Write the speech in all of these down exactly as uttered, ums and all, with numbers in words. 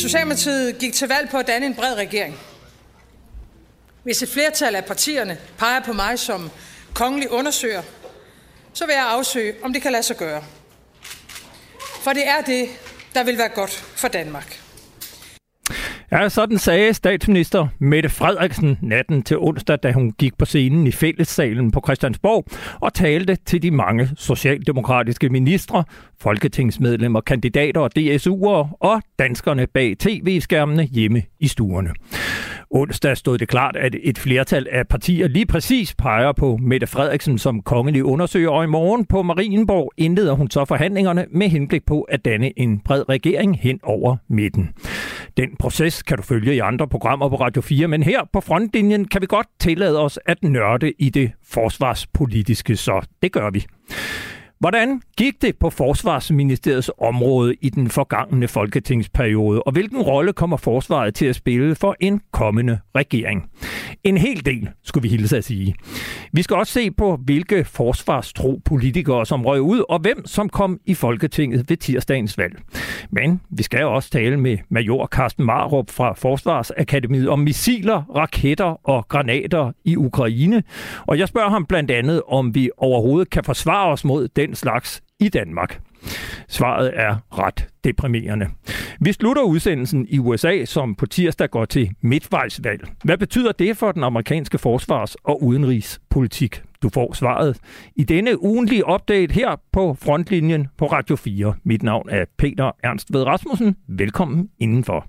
Socialdemokratiet gik til valg på at danne en bred regering. Hvis et flertal af partierne peger på mig som kongelig undersøger, så vil jeg afsøge, om det kan lade sig gøre. For det er det, der vil være godt for Danmark. Ja, sådan sagde statsminister Mette Frederiksen natten til onsdag, da hun gik på scenen i Fællessalen på Christiansborg og talte til de mange socialdemokratiske ministre, folketingsmedlemmer, kandidater og D S U'ere og danskerne bag tv-skærmene hjemme i stuerne. Onsdag stod det klart, at et flertal af partier lige præcis peger på Mette Frederiksen som kongelig undersøger, og i morgen på Marienborg indleder hun så forhandlingerne med henblik på at danne en bred regering hen over midten. Den proces kan du følge i andre programmer på Radio fire, men her på frontlinjen kan vi godt tillade os at nørde i det forsvarspolitiske, så det gør vi. Hvordan gik det på Forsvarsministeriets område i den forgangne folketingsperiode, og hvilken rolle kommer forsvaret til at spille for en kommende regering? En hel del, skulle vi hilse at sige. Vi skal også se på, hvilke forsvarstro politikere, som røg ud, og hvem som kom i Folketinget ved tirsdagens valg. Men vi skal også tale med major Carsten Marup fra Forsvarsakademiet om missiler, raketter og granater i Ukraine. Og jeg spørger ham blandt andet, om vi overhovedet kan forsvare os mod den slags i Danmark. Svaret er ret deprimerende. Vi slutter udsendelsen i U S A, som på tirsdag går til midtvejsvalg. Hvad betyder det for den amerikanske forsvars- og udenrigspolitik? Du får svaret i denne ugentlige update her på Frontlinjen på Radio fire. Mit navn er Peter Ernst Ved Rasmussen. Velkommen indenfor.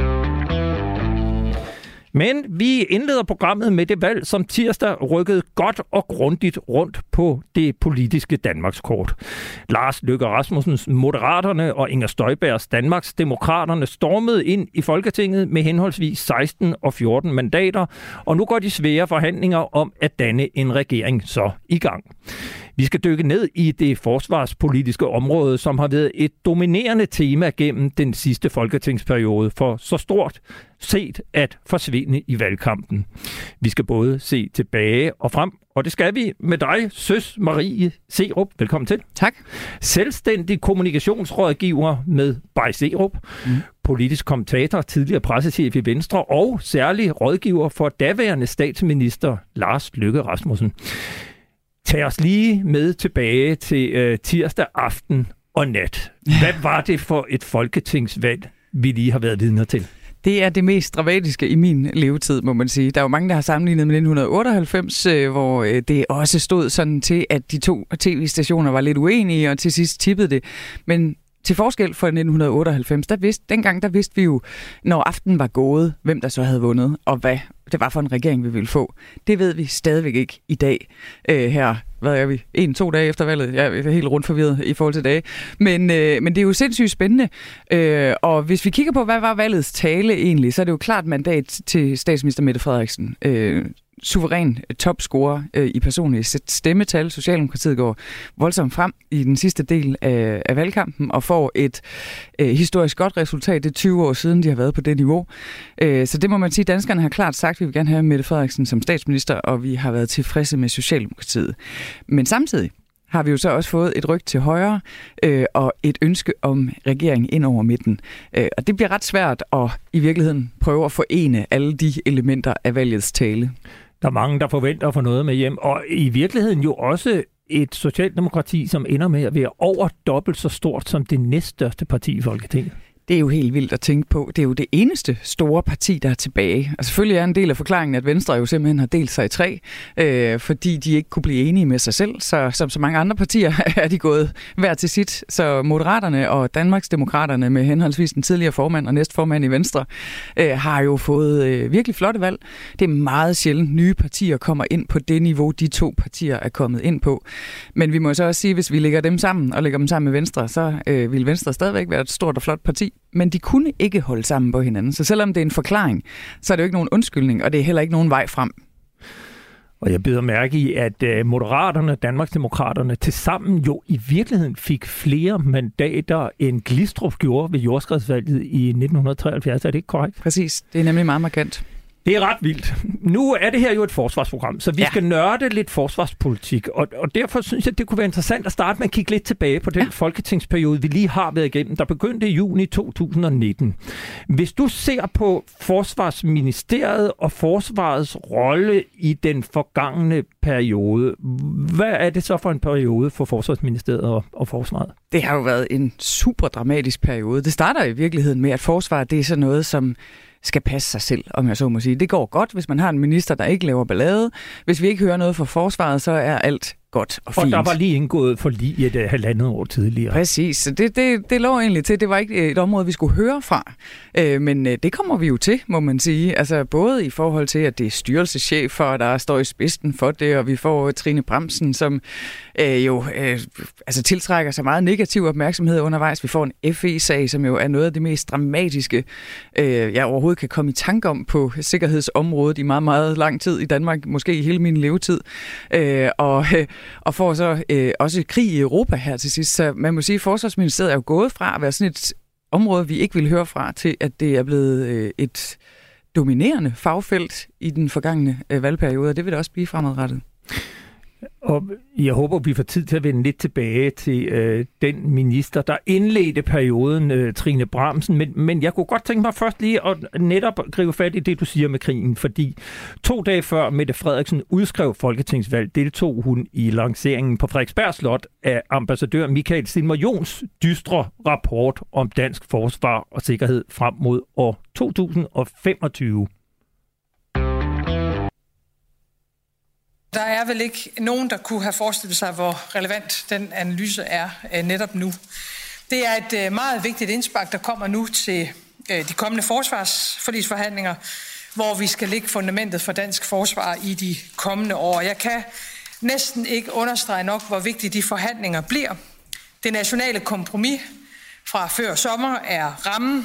Men vi indleder programmet med det valg, som tirsdag rykkede godt og grundigt rundt på det politiske Danmarkskort. Lars Løkke Rasmussens Moderaterne og Inger Støjbergs Danmarks Demokraterne stormede ind i Folketinget med henholdsvis seksten og fjorten mandater, og nu går de svære forhandlinger om at danne en regering så i gang. Vi skal dykke ned i det forsvarspolitiske område, som har været et dominerende tema gennem den sidste folketingsperiode, for så stort set at forsvinde i valgkampen. Vi skal både se tilbage og frem, og det skal vi med dig, Søs Marie Serup. Velkommen til. Tak. Selvstændig kommunikationsrådgiver med Bay Serup, mm. politisk kommentator, tidligere pressechef i Venstre og særlig rådgiver for daværende statsminister Lars Løkke Rasmussen. Tag os lige med tilbage til øh, tirsdag aften og nat. Hvad var det for et folketingsvalg, vi lige har været vidner til? Det er det mest dramatiske i min levetid, må man sige. Der er jo mange, der har sammenlignet med nitten otteoghalvfems, øh, hvor øh, det også stod sådan til, at de to tv-stationer var lidt uenige, og til sidst tippede det. Men til forskel fra nitten otteoghalvfems, der vidste, dengang der vidste vi jo, når aftenen var gået, hvem der så havde vundet, og hvad det var for en regering, vi ville få. Det ved vi stadigvæk ikke i dag. Øh, her, hvad er vi? En, to dage efter valget. Jeg er helt rundt forvirret i forhold til dage. Men, øh, men det er jo sindssygt spændende. Øh, og hvis vi kigger på, hvad var valgets tale egentlig, så er det jo klart mandat til statsminister Mette Frederiksen. Øh, suveræn topscorer øh, i personlige stemmetal. Socialdemokratiet går voldsomt frem i den sidste del af, af valgkampen og får et øh, historisk godt resultat. Det er tyve år siden, de har været på det niveau. Øh, så det må man sige, danskerne har klart sagt, at vi vil gerne have Mette Frederiksen som statsminister, og vi har været tilfredse med Socialdemokratiet. Men samtidig har vi jo så også fået et ryg til højre øh, og et ønske om regering ind over midten. Øh, og det bliver ret svært at i virkeligheden prøve at forene alle de elementer af valgets tale. Der er mange, der forventer at få noget med hjem, og i virkeligheden jo også et socialdemokrati, som ender med at være over dobbelt så stort som det næststørste parti i Folketinget. Det er jo helt vildt at tænke på. Det er jo det eneste store parti, der er tilbage. Og selvfølgelig er en del af forklaringen, at Venstre jo simpelthen har delt sig i tre, øh, fordi de ikke kunne blive enige med sig selv. Så som så mange andre partier er de gået hver til sit. Så Moderaterne og Danmarks Demokraterne med henholdsvis den tidligere formand og næstformand i Venstre øh, har jo fået øh, virkelig flotte valg. Det er meget sjældent, nye partier kommer ind på det niveau, de to partier er kommet ind på. Men vi må så også sige, at hvis vi lægger dem sammen og lægger dem sammen med Venstre, så øh, vil Venstre stadigvæk være et stort og flot parti. Men de kunne ikke holde sammen på hinanden. Så selvom det er en forklaring, så er det jo ikke nogen undskyldning, og det er heller ikke nogen vej frem. Og jeg bider mærke i, at Moderaterne, Danmarksdemokraterne tilsammen jo i virkeligheden fik flere mandater, end Glistrup gjorde ved jordskredsvalget i nitten treoghalvfjerds. Er det ikke korrekt? Præcis. Det er nemlig meget markant. Det er ret vildt. Nu er det her jo et forsvarsprogram, så vi ja. skal nørde lidt forsvarspolitik, og, og derfor synes jeg, det kunne være interessant at starte med at kigge lidt tilbage på den ja. folketingsperiode, vi lige har været igennem, der begyndte i juni to tusind nitten. Hvis du ser på Forsvarsministeriet og forsvarets rolle i den forgangne periode, hvad er det så for en periode for Forsvarsministeriet og, og forsvaret? Det har jo været en super dramatisk periode. Det starter i virkeligheden med, at forsvaret det er sådan noget, som skal passe sig selv, om jeg så må sige. Det går godt, hvis man har en minister, der ikke laver ballade. Hvis vi ikke hører noget fra forsvaret, så er alt godt og fint. Og der var lige indgået for lige et uh, halvandet år tidligere. Præcis, så det, det, det lå egentlig til. Det var ikke et område, vi skulle høre fra. Øh, men øh, det kommer vi jo til, må man sige. Altså både i forhold til, at det er styrelseschefer, der står i spidsen for det, og vi får Trine Bramsen, som øh, jo øh, altså tiltrækker sig meget negativ opmærksomhed undervejs. Vi får en F E-sag, som jo er noget af det mest dramatiske, øh, jeg overhovedet kan komme i tanke om på sikkerhedsområdet i meget, meget lang tid i Danmark, måske i hele min levetid. Øh, og øh, og får så øh, også krig i Europa her til sidst. Så man må sige, at Forsvarsministeriet er jo gået fra at være sådan et område, vi ikke vil høre fra, til at det er blevet øh, et dominerende fagfelt i den forgangne øh, valgperiode, og det vil det også blive fremadrettet. Og jeg håber, vi får tid til at vende lidt tilbage til øh, den minister, der indledte perioden, øh, Trine Bramsen. Men, men jeg kunne godt tænke mig først lige at netop gribe fat i det, du siger med krigen. Fordi to dage før Mette Frederiksen udskrev folketingsvalg, deltog hun i lanceringen på Frederiksberg Slot af ambassadør Michael Sinmer-Jons dystre rapport om dansk forsvar og sikkerhed frem mod år to tusind femogtyve. Der er vel ikke nogen, der kunne have forestillet sig, hvor relevant den analyse er øh, netop nu. Det er et øh, meget vigtigt indspark, der kommer nu til øh, de kommende forsvarsforligsforhandlinger, hvor vi skal lægge fundamentet for dansk forsvar i de kommende år. Jeg kan næsten ikke understrege nok, hvor vigtige de forhandlinger bliver. Det nationale kompromis fra før sommer er rammen,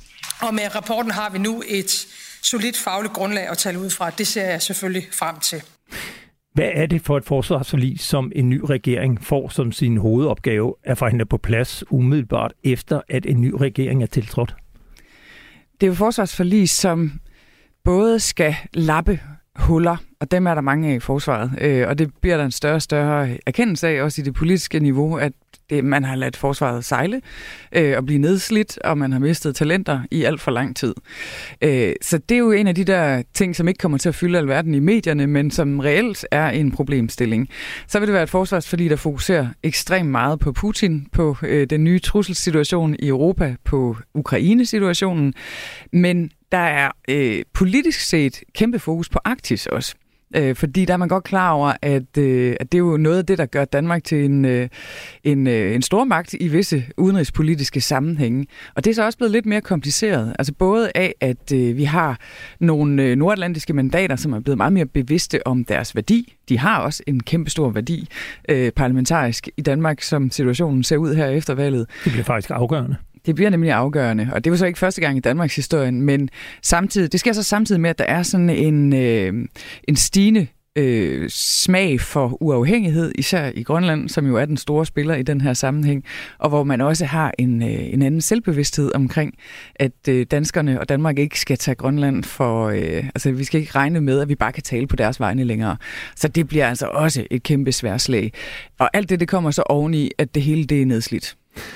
og med rapporten har vi nu et solidt fagligt grundlag at tale ud fra. Det ser jeg selvfølgelig frem til. Hvad er det for et forsvarsforlig, som en ny regering får som sin hovedopgave at forhandle på plads umiddelbart efter, at en ny regering er tiltrådt? Det er jo et forsvarsforlig, som både skal lappe huller, og dem er der mange af i forsvaret, øh, og det bliver der en større og større erkendelse af, også i det politiske niveau, at det, man har ladet forsvaret sejle øh, og blive nedslidt, og man har mistet talenter i alt for lang tid. Øh, så det er jo en af de der ting, som ikke kommer til at fylde alverden i medierne, men som reelt er en problemstilling. Så vil det være et forsvarsforlig, der fokuserer ekstremt meget på Putin, på øh, den nye trusselssituation i Europa, på Ukraine-situationen, men der er øh, politisk set kæmpe fokus på Arktis også. Øh, fordi der er man godt klar over, at, øh, at det er jo noget af det, der gør Danmark til en, øh, en, øh, en stormagt i visse udenrigspolitiske sammenhænge. Og det er så også blevet lidt mere kompliceret. Altså både af, at øh, vi har nogle øh, nordatlantiske mandater, som er blevet meget mere bevidste om deres værdi. De har også en kæmpe stor værdi øh, parlamentarisk i Danmark, som situationen ser ud her efter valget. Det bliver faktisk afgørende. Det bliver nemlig afgørende, og det var så ikke første gang i Danmarks historien, men samtidig, det sker så samtidig med, at der er sådan en, øh, en stigende øh, smag for uafhængighed, især i Grønland, som jo er den store spiller i den her sammenhæng, og hvor man også har en, øh, en anden selvbevidsthed omkring, at øh, danskerne og Danmark ikke skal tage Grønland for, øh, altså vi skal ikke regne med, at vi bare kan tale på deres vegne længere. Så det bliver altså også et kæmpe sværslag. Og alt det, det kommer så oveni, at det hele det er nedslidt.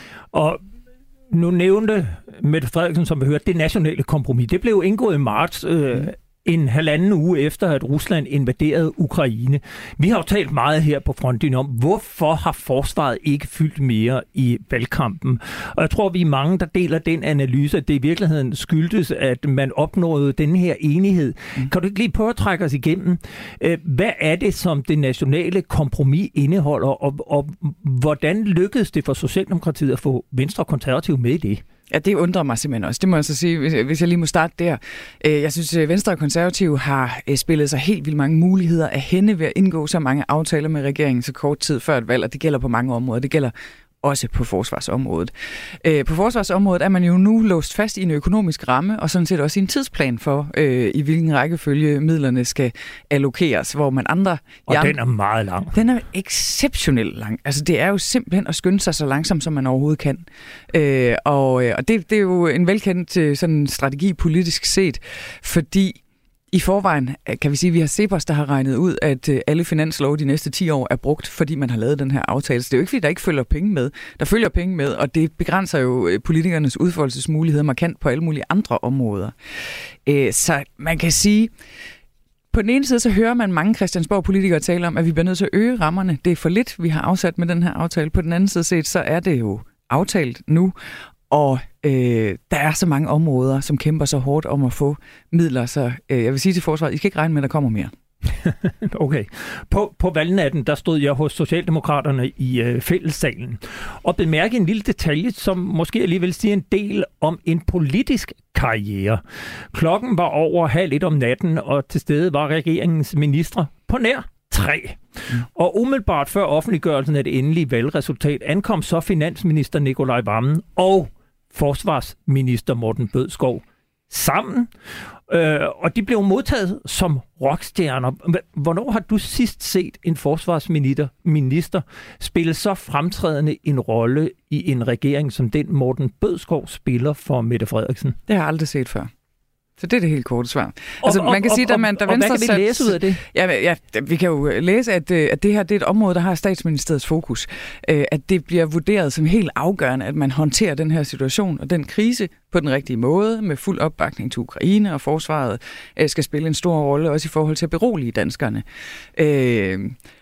Og nu nævnte Mette Frederiksen, som vi hørte, det nationale kompromis. Det blev indgået i marts, øh, mm. en halvanden uge efter, at Rusland invaderede Ukraine. Vi har jo talt meget her på frontlinjen om, hvorfor har forsvaret ikke fyldt mere i valgkampen. Og jeg tror, vi er mange, der deler den analyse, at det i virkeligheden skyldtes, at man opnåede den her enighed. Mm. Kan du ikke lige prøve at trække os igennem? Hvad er det, som det nationale kompromis indeholder, og, og hvordan lykkedes det for Socialdemokratiet at få Venstre og Konservative med i det? Ja, det undrer mig simpelthen også. Det må jeg så sige, hvis jeg lige må starte der. Jeg synes, at Venstre og Konservative har spillet sig helt vildt mange muligheder af hende ved at indgå så mange aftaler med regeringen så kort tid før et valg, og det gælder på mange områder. Det gælder også på forsvarsområdet. Øh, på forsvarsområdet er man jo nu låst fast i en økonomisk ramme, og sådan set også i en tidsplan for, øh, i hvilken rækkefølge midlerne skal allokeres, hvor man andre... Og jern... den er meget lang. Den er exceptionelt lang. Altså, det er jo simpelthen at skynde sig så langsomt, som man overhovedet kan. Øh, og og det, det er jo en velkendt sådan strategi politisk set, fordi I forvejen kan vi sige, at vi har Cepos, der har regnet ud, at alle finanslove de næste ti år er brugt, fordi man har lavet den her aftale. Så det er jo ikke, fordi der ikke følger penge med. Der følger penge med, og det begrænser jo politikernes udfoldelsesmuligheder markant på alle mulige andre områder. Så man kan sige, på den ene side så hører man mange Christiansborg-politikere tale om, at vi bliver nødt til at øge rammerne. Det er for lidt, vi har afsat med den her aftale. På den anden side set, så er det jo aftalt nu, og øh, der er så mange områder, som kæmper så hårdt om at få midler, så øh, jeg vil sige til forsvaret, I skal ikke regne med, at der kommer mere. Okay. På, på valgnatten, der stod jeg hos Socialdemokraterne i øh, fællessalen og bemærkede en lille detalje, som måske alligevel siger en del om en politisk karriere. Klokken var over halv et om natten, og til stede var regeringens ministre på nær tre. Mm. Og umiddelbart før offentliggørelsen af det endelige valgresultat ankom så finansminister Nicolai Wammen og forsvarsminister Morten Bødskov sammen, øh, og de blev modtaget som rockstjerner. Hvornår har du sidst set en forsvarsminister minister spille så fremtrædende en rolle i en regering, som den Morten Bødskov spiller for Mette Frederiksen? Det har jeg aldrig set før. Så det er det helt korte svar. Altså, og, man kan og, sige, at man, der og Venstre hvad kan vi læse ud af det? Ja, ja, vi kan jo læse, at, at det her det er et område, der har Statsministeriets fokus. At det bliver vurderet som helt afgørende, at man håndterer den her situation og den krise på den rigtige måde, med fuld opbakning til Ukraine, og forsvaret skal spille en stor rolle, også i forhold til at berolige danskerne. Øh,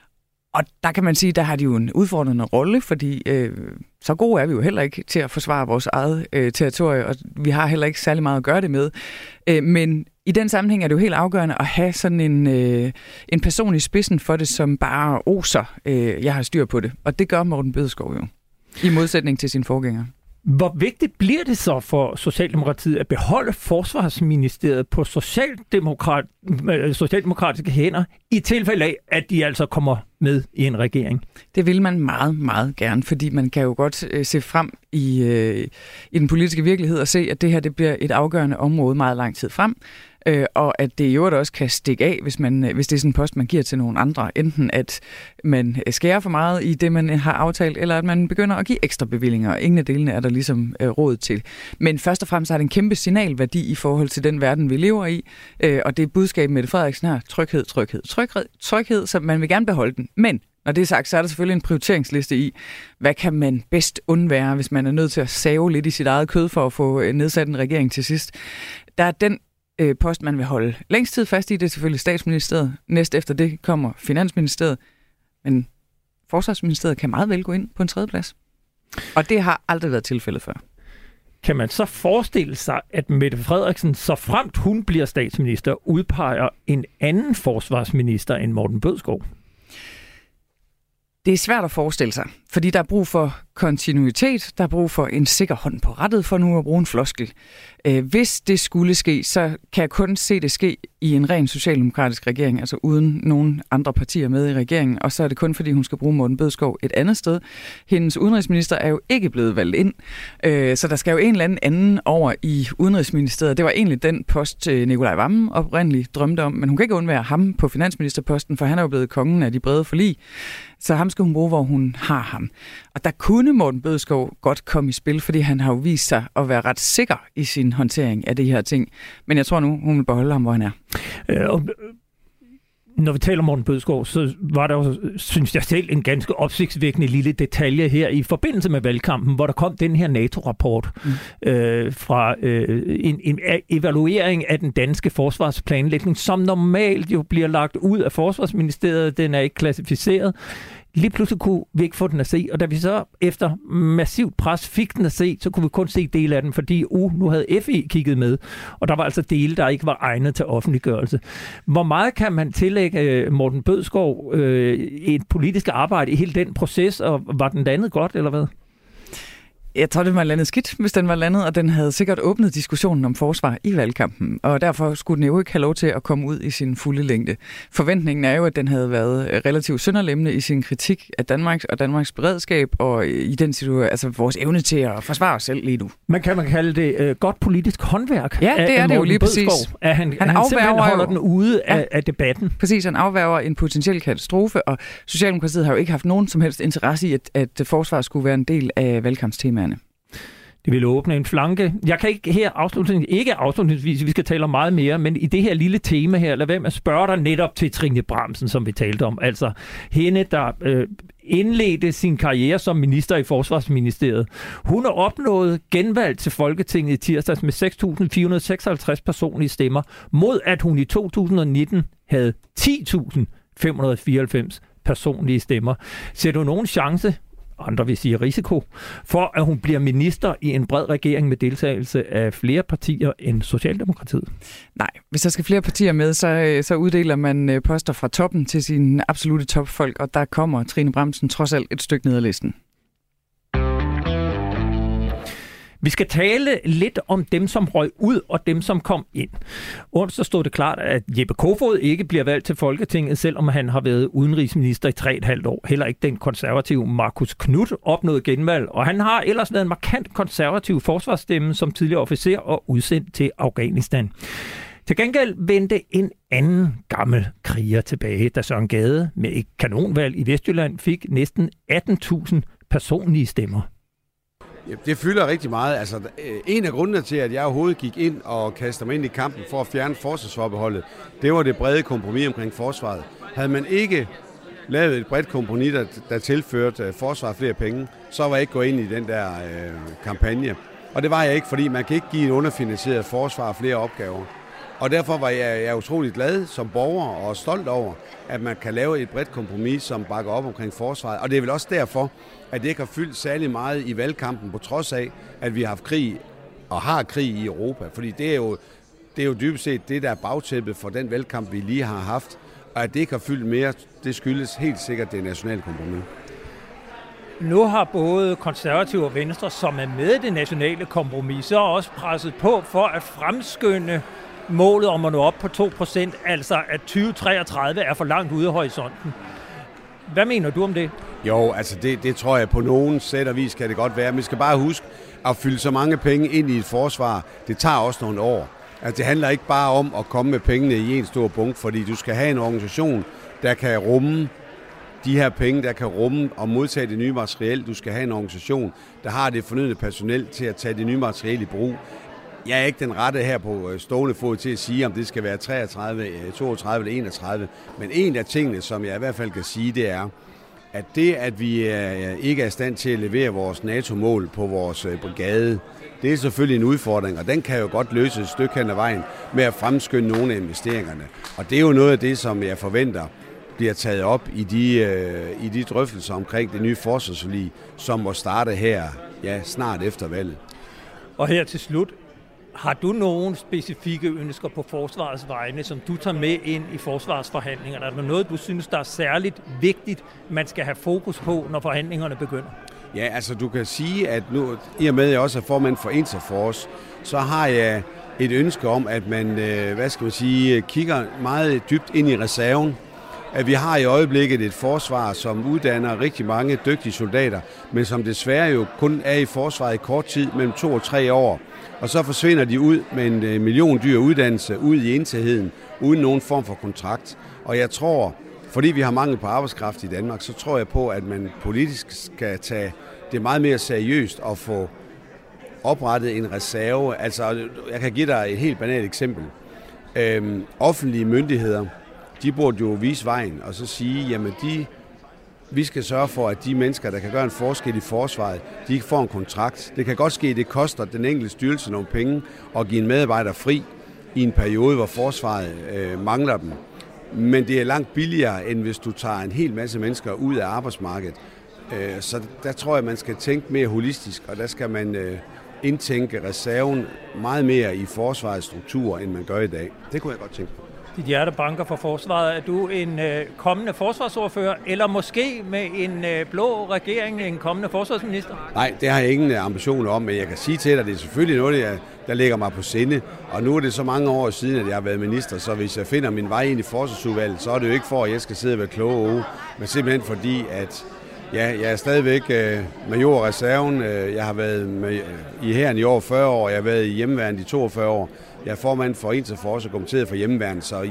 Og der kan man sige, der har de jo en udfordrende rolle, fordi øh, så gode er vi jo heller ikke til at forsvare vores eget øh, territorie, og vi har heller ikke særlig meget at gøre det med. Øh, men i den sammenhæng er det jo helt afgørende at have sådan en, øh, en person i spidsen for det, som bare oser, øh, jeg har styr på det. Og det gør Morten Bødskov jo, i modsætning til sin forgænger. Hvor vigtigt bliver det så for Socialdemokratiet at beholde Forsvarsministeriet på socialdemokrat, socialdemokratiske hænder, i tilfælde af, at de altså kommer med i en regering? Det vil man meget, meget gerne, fordi man kan jo godt øh, se frem i, øh, i den politiske virkelighed og se, at det her det bliver et afgørende område meget lang tid frem. Øh, og at det i øvrigt også kan stikke af, hvis, man, hvis det er sådan en post, man giver til nogle andre. Enten at man skærer for meget i det, man har aftalt, eller at man begynder at give ekstra bevillinger. Ingen af delene er der ligesom øh, råd til. Men først og fremmest har det en kæmpe signalværdi i forhold til den verden, vi lever i. Øh, og det er budskabet med Mette Frederiksen her. Tryghed, tryghed, tryghed, tryghed, så man vil gerne beholde den. Men når det er sagt, så er der selvfølgelig en prioriteringsliste i, hvad kan man bedst undvære, hvis man er nødt til at save lidt i sit eget kød for at få nedsat en regering til sidst. Der er den post, man vil holde længst tid fast i, det er selvfølgelig Statsministeriet. Næst efter det kommer Finansministeriet. Men Forsvarsministeriet kan meget vel gå ind på en tredje plads. Og det har aldrig været tilfældet før. Kan man så forestille sig, at Mette Frederiksen, så fremt hun bliver statsminister, udpeger en anden forsvarsminister end Morten Bødskov? Det er svært at forestille sig, fordi der er brug for kontinuitet, der er brug for en sikker hånd på rattet, for nu at bruge en floskel. Hvis det skulle ske, så kan jeg kun se det ske i en ren socialdemokratisk regering, altså uden nogen andre partier med i regeringen, og så er det kun fordi, hun skal bruge Morten Bødskov et andet sted. Hendes udenrigsminister er jo ikke blevet valgt ind, så der skal jo en eller anden anden over i udenrigsministeriet. Det var egentlig den post, Nicolai Wammen oprindeligt drømte om, men hun kan ikke undvære ham på finansministerposten, for han er jo blevet kongen af de brede forlig. Så ham skal hun bruge, hvor hun har ham. Og der kunne Morten Bødskov godt komme i spil, fordi han har jo vist sig at være ret sikker i sin håndtering af de her ting. Men jeg tror nu, hun vil beholde ham, hvor han er. Øh, og når vi taler om Morten Bødskov, så var der jo, synes jeg selv, en ganske opsigtsvækkende lille detalje her i forbindelse med valgkampen, hvor der kom den her NATO-rapport mm. øh, fra øh, en, en evaluering af den danske forsvarsplanlægning, som normalt jo bliver lagt ud af Forsvarsministeriet. Den er ikke klassificeret. Lige pludselig kunne vi ikke få den at se, og da vi så efter massivt pres fik den at se, så kunne vi kun se dele af den, fordi uh, nu havde F E kigget med, og der var altså dele, der ikke var egnet til offentliggørelse. Hvor meget kan man tillægge Morten Bødskov øh, et politisk arbejde i hele den proces, og var den landet godt, eller hvad? Jeg tror, det var landet skidt, hvis den var landet, og den havde sikkert åbnet diskussionen om forsvar i valgkampen, og derfor skulle den jo ikke have lov til at komme ud i sin fulde længde. Forventningen er jo, at den havde været relativt sønderlemmende i sin kritik af Danmarks og Danmarks beredskab, og i den situation, altså vores evne til at forsvare os selv lige nu. Men kan man kalde det uh, godt politisk håndværk? Ja, det er det jo lige præcis. At han, han, han simpelthen holder den ude ja. af, af debatten. Præcis, han afværger en potentiel katastrofe, og Socialdemokratiet har jo ikke haft nogen som helst interesse i, at, at forsvar skulle være en del af valgkampstemaerne. Det vil åbne en flanke. Jeg kan ikke her afslutningsvis, ikke afslutningsvis, vi skal tale om meget mere, men i det her lille tema her, lad være med at spørge dig netop til Trine Bramsen, som vi talte om. Altså hende, der øh, indledte sin karriere som minister i Forsvarsministeriet. Hun har opnået genvalg til Folketinget i tirsdags med seks tusind fire hundrede seksoghalvtreds personlige stemmer, mod at hun i to tusind nitten havde ti tusind fem hundrede fireoghalvfems personlige stemmer. Ser du nogen chance, andre vil sige risiko, for at hun bliver minister i en bred regering med deltagelse af flere partier end Socialdemokratiet? Nej, hvis der skal flere partier med, så, så uddeler man poster fra toppen til sine absolute topfolk, og der kommer Trine Bramsen trods alt et stykke ned ad listen. Vi skal tale lidt om dem, som røg ud, og dem, som kom ind. Onsdag stod det klart, at Jeppe Kofod ikke bliver valgt til Folketinget, selvom han har været udenrigsminister i tre og et halvt år. Heller ikke den konservative Marcus Knudt opnåede genvalg, og han har ellers været en markant konservativ forsvarsstemme som tidligere officer og udsendt til Afghanistan. Til gengæld vendte en anden gammel kriger tilbage, da Søren Gade med et kanonvalg i Vestjylland fik næsten atten tusind personlige stemmer. Ja, det fylder rigtig meget. Altså, en af grundene til, at jeg overhovedet gik ind og kastede mig ind i kampen for at fjerne forsvarsforbeholdet, det var det brede kompromis omkring forsvaret. Havde man ikke lavet et bredt kompromis, der, der tilførte forsvaret flere penge, så var jeg ikke gået ind i den der øh, kampagne. Og det var jeg ikke, fordi man kan ikke give en underfinansieret forsvar flere opgaver. Og derfor var jeg, jeg er utrolig glad som borger og stolt over, at man kan lave et bredt kompromis, som bakker op omkring forsvaret. Og det er vel også derfor, at det ikke har fyldt særlig meget i valgkampen, på trods af, at vi har haft krig og har krig i Europa. Fordi det er jo, det er jo dybest set det, der er bagtæppet for den valgkamp, vi lige har haft. Og at det ikke har fyldt mere, det skyldes helt sikkert det nationale kompromis. Nu har både Konservative og Venstre, som er med i det nationale kompromis, så også presset på for at fremskynde målet om at nå op på to procent, altså at tyve treogtredive er for langt ude af horisonten. Hvad mener du om det? Jo, altså det, det tror jeg på nogen sæt og vis kan det godt være. Men vi skal bare huske at fylde så mange penge ind i et forsvar. Det tager også nogle år. Altså det handler ikke bare om at komme med pengene i en stor bunke, fordi du skal have en organisation, der kan rumme de her penge, der kan rumme og modtage det nye materiel. Du skal have en organisation, der har det fornødne personel til at tage det nye materiel i brug. Jeg er ikke den rette her på stående fod til at sige, om det skal være treogtredive, toogtredive eller enogtredive. Men en af tingene, som jeg i hvert fald kan sige, det er, at det, at vi ikke er i stand til at levere vores NATO-mål på vores brigade, det er selvfølgelig en udfordring, og den kan jo godt løses et stykke hen ad vejen med at fremskynde nogle af investeringerne. Og det er jo noget af det, som jeg forventer bliver taget op i de, i de drøftelser omkring det nye forsvarsforlig, som må starte her ja, snart efter valget. Og her til slut, har du nogle specifikke ønsker på forsvarets vegne, som du tager med ind i forsvarsforhandlingerne? Er der noget, du synes, der er særligt vigtigt, man skal have fokus på, når forhandlingerne begynder? Ja, altså du kan sige, at nu, i og med at jeg også er formand for Interforce, så har jeg et ønske om, at man, hvad skal man sige, kigger meget dybt ind i reserven. At vi har i øjeblikket et forsvar, som uddanner rigtig mange dygtige soldater, men som desværre jo kun er i forsvaret i kort tid, mellem to og tre år. Og så forsvinder de ud med en million dyr uddannelse, ud i intetheden, uden nogen form for kontrakt. Og jeg tror, fordi vi har mangel på arbejdskraft i Danmark, så tror jeg på, at man politisk skal tage det meget mere seriøst og få oprettet en reserve. Altså, jeg kan give dig et helt banalt eksempel. Øhm, offentlige myndigheder, de burde jo vise vejen og så sige, jamen de, vi skal sørge for, at de mennesker, der kan gøre en forskel i forsvaret, de ikke får en kontrakt. Det kan godt ske, at det koster den enkelte styrelse nogle penge at give en medarbejder fri i en periode, hvor forsvaret øh, mangler dem. Men det er langt billigere, end hvis du tager en hel masse mennesker ud af arbejdsmarkedet. Øh, så der tror jeg, man skal tænke mere holistisk, og der skal man øh, indtænke reserven meget mere i forsvarets struktur, end man gør i dag. Det kunne jeg godt tænke på. Dit hjerte banker for forsvaret. Er du en øh, kommende forsvarsordfører, eller måske med en øh, blå regering, en kommende forsvarsminister? Nej, det har jeg ingen ambitioner om, men jeg kan sige til dig, at det er selvfølgelig noget, der, der ligger mig på sinde. Og nu er det så mange år siden, at jeg har været minister, så hvis jeg finder min vej ind i forsvarsudvalget, så er det jo ikke for, at jeg skal sidde og være klog og uge, men simpelthen fordi, at ja, jeg er stadigvæk øh, major reserven. Jeg har været med, i hæren i over fyrre år, jeg har været i hjemmeværnet i toogfyrre år. Jeg er formand for Interforce og kommenteret for hjemmeværnet, så,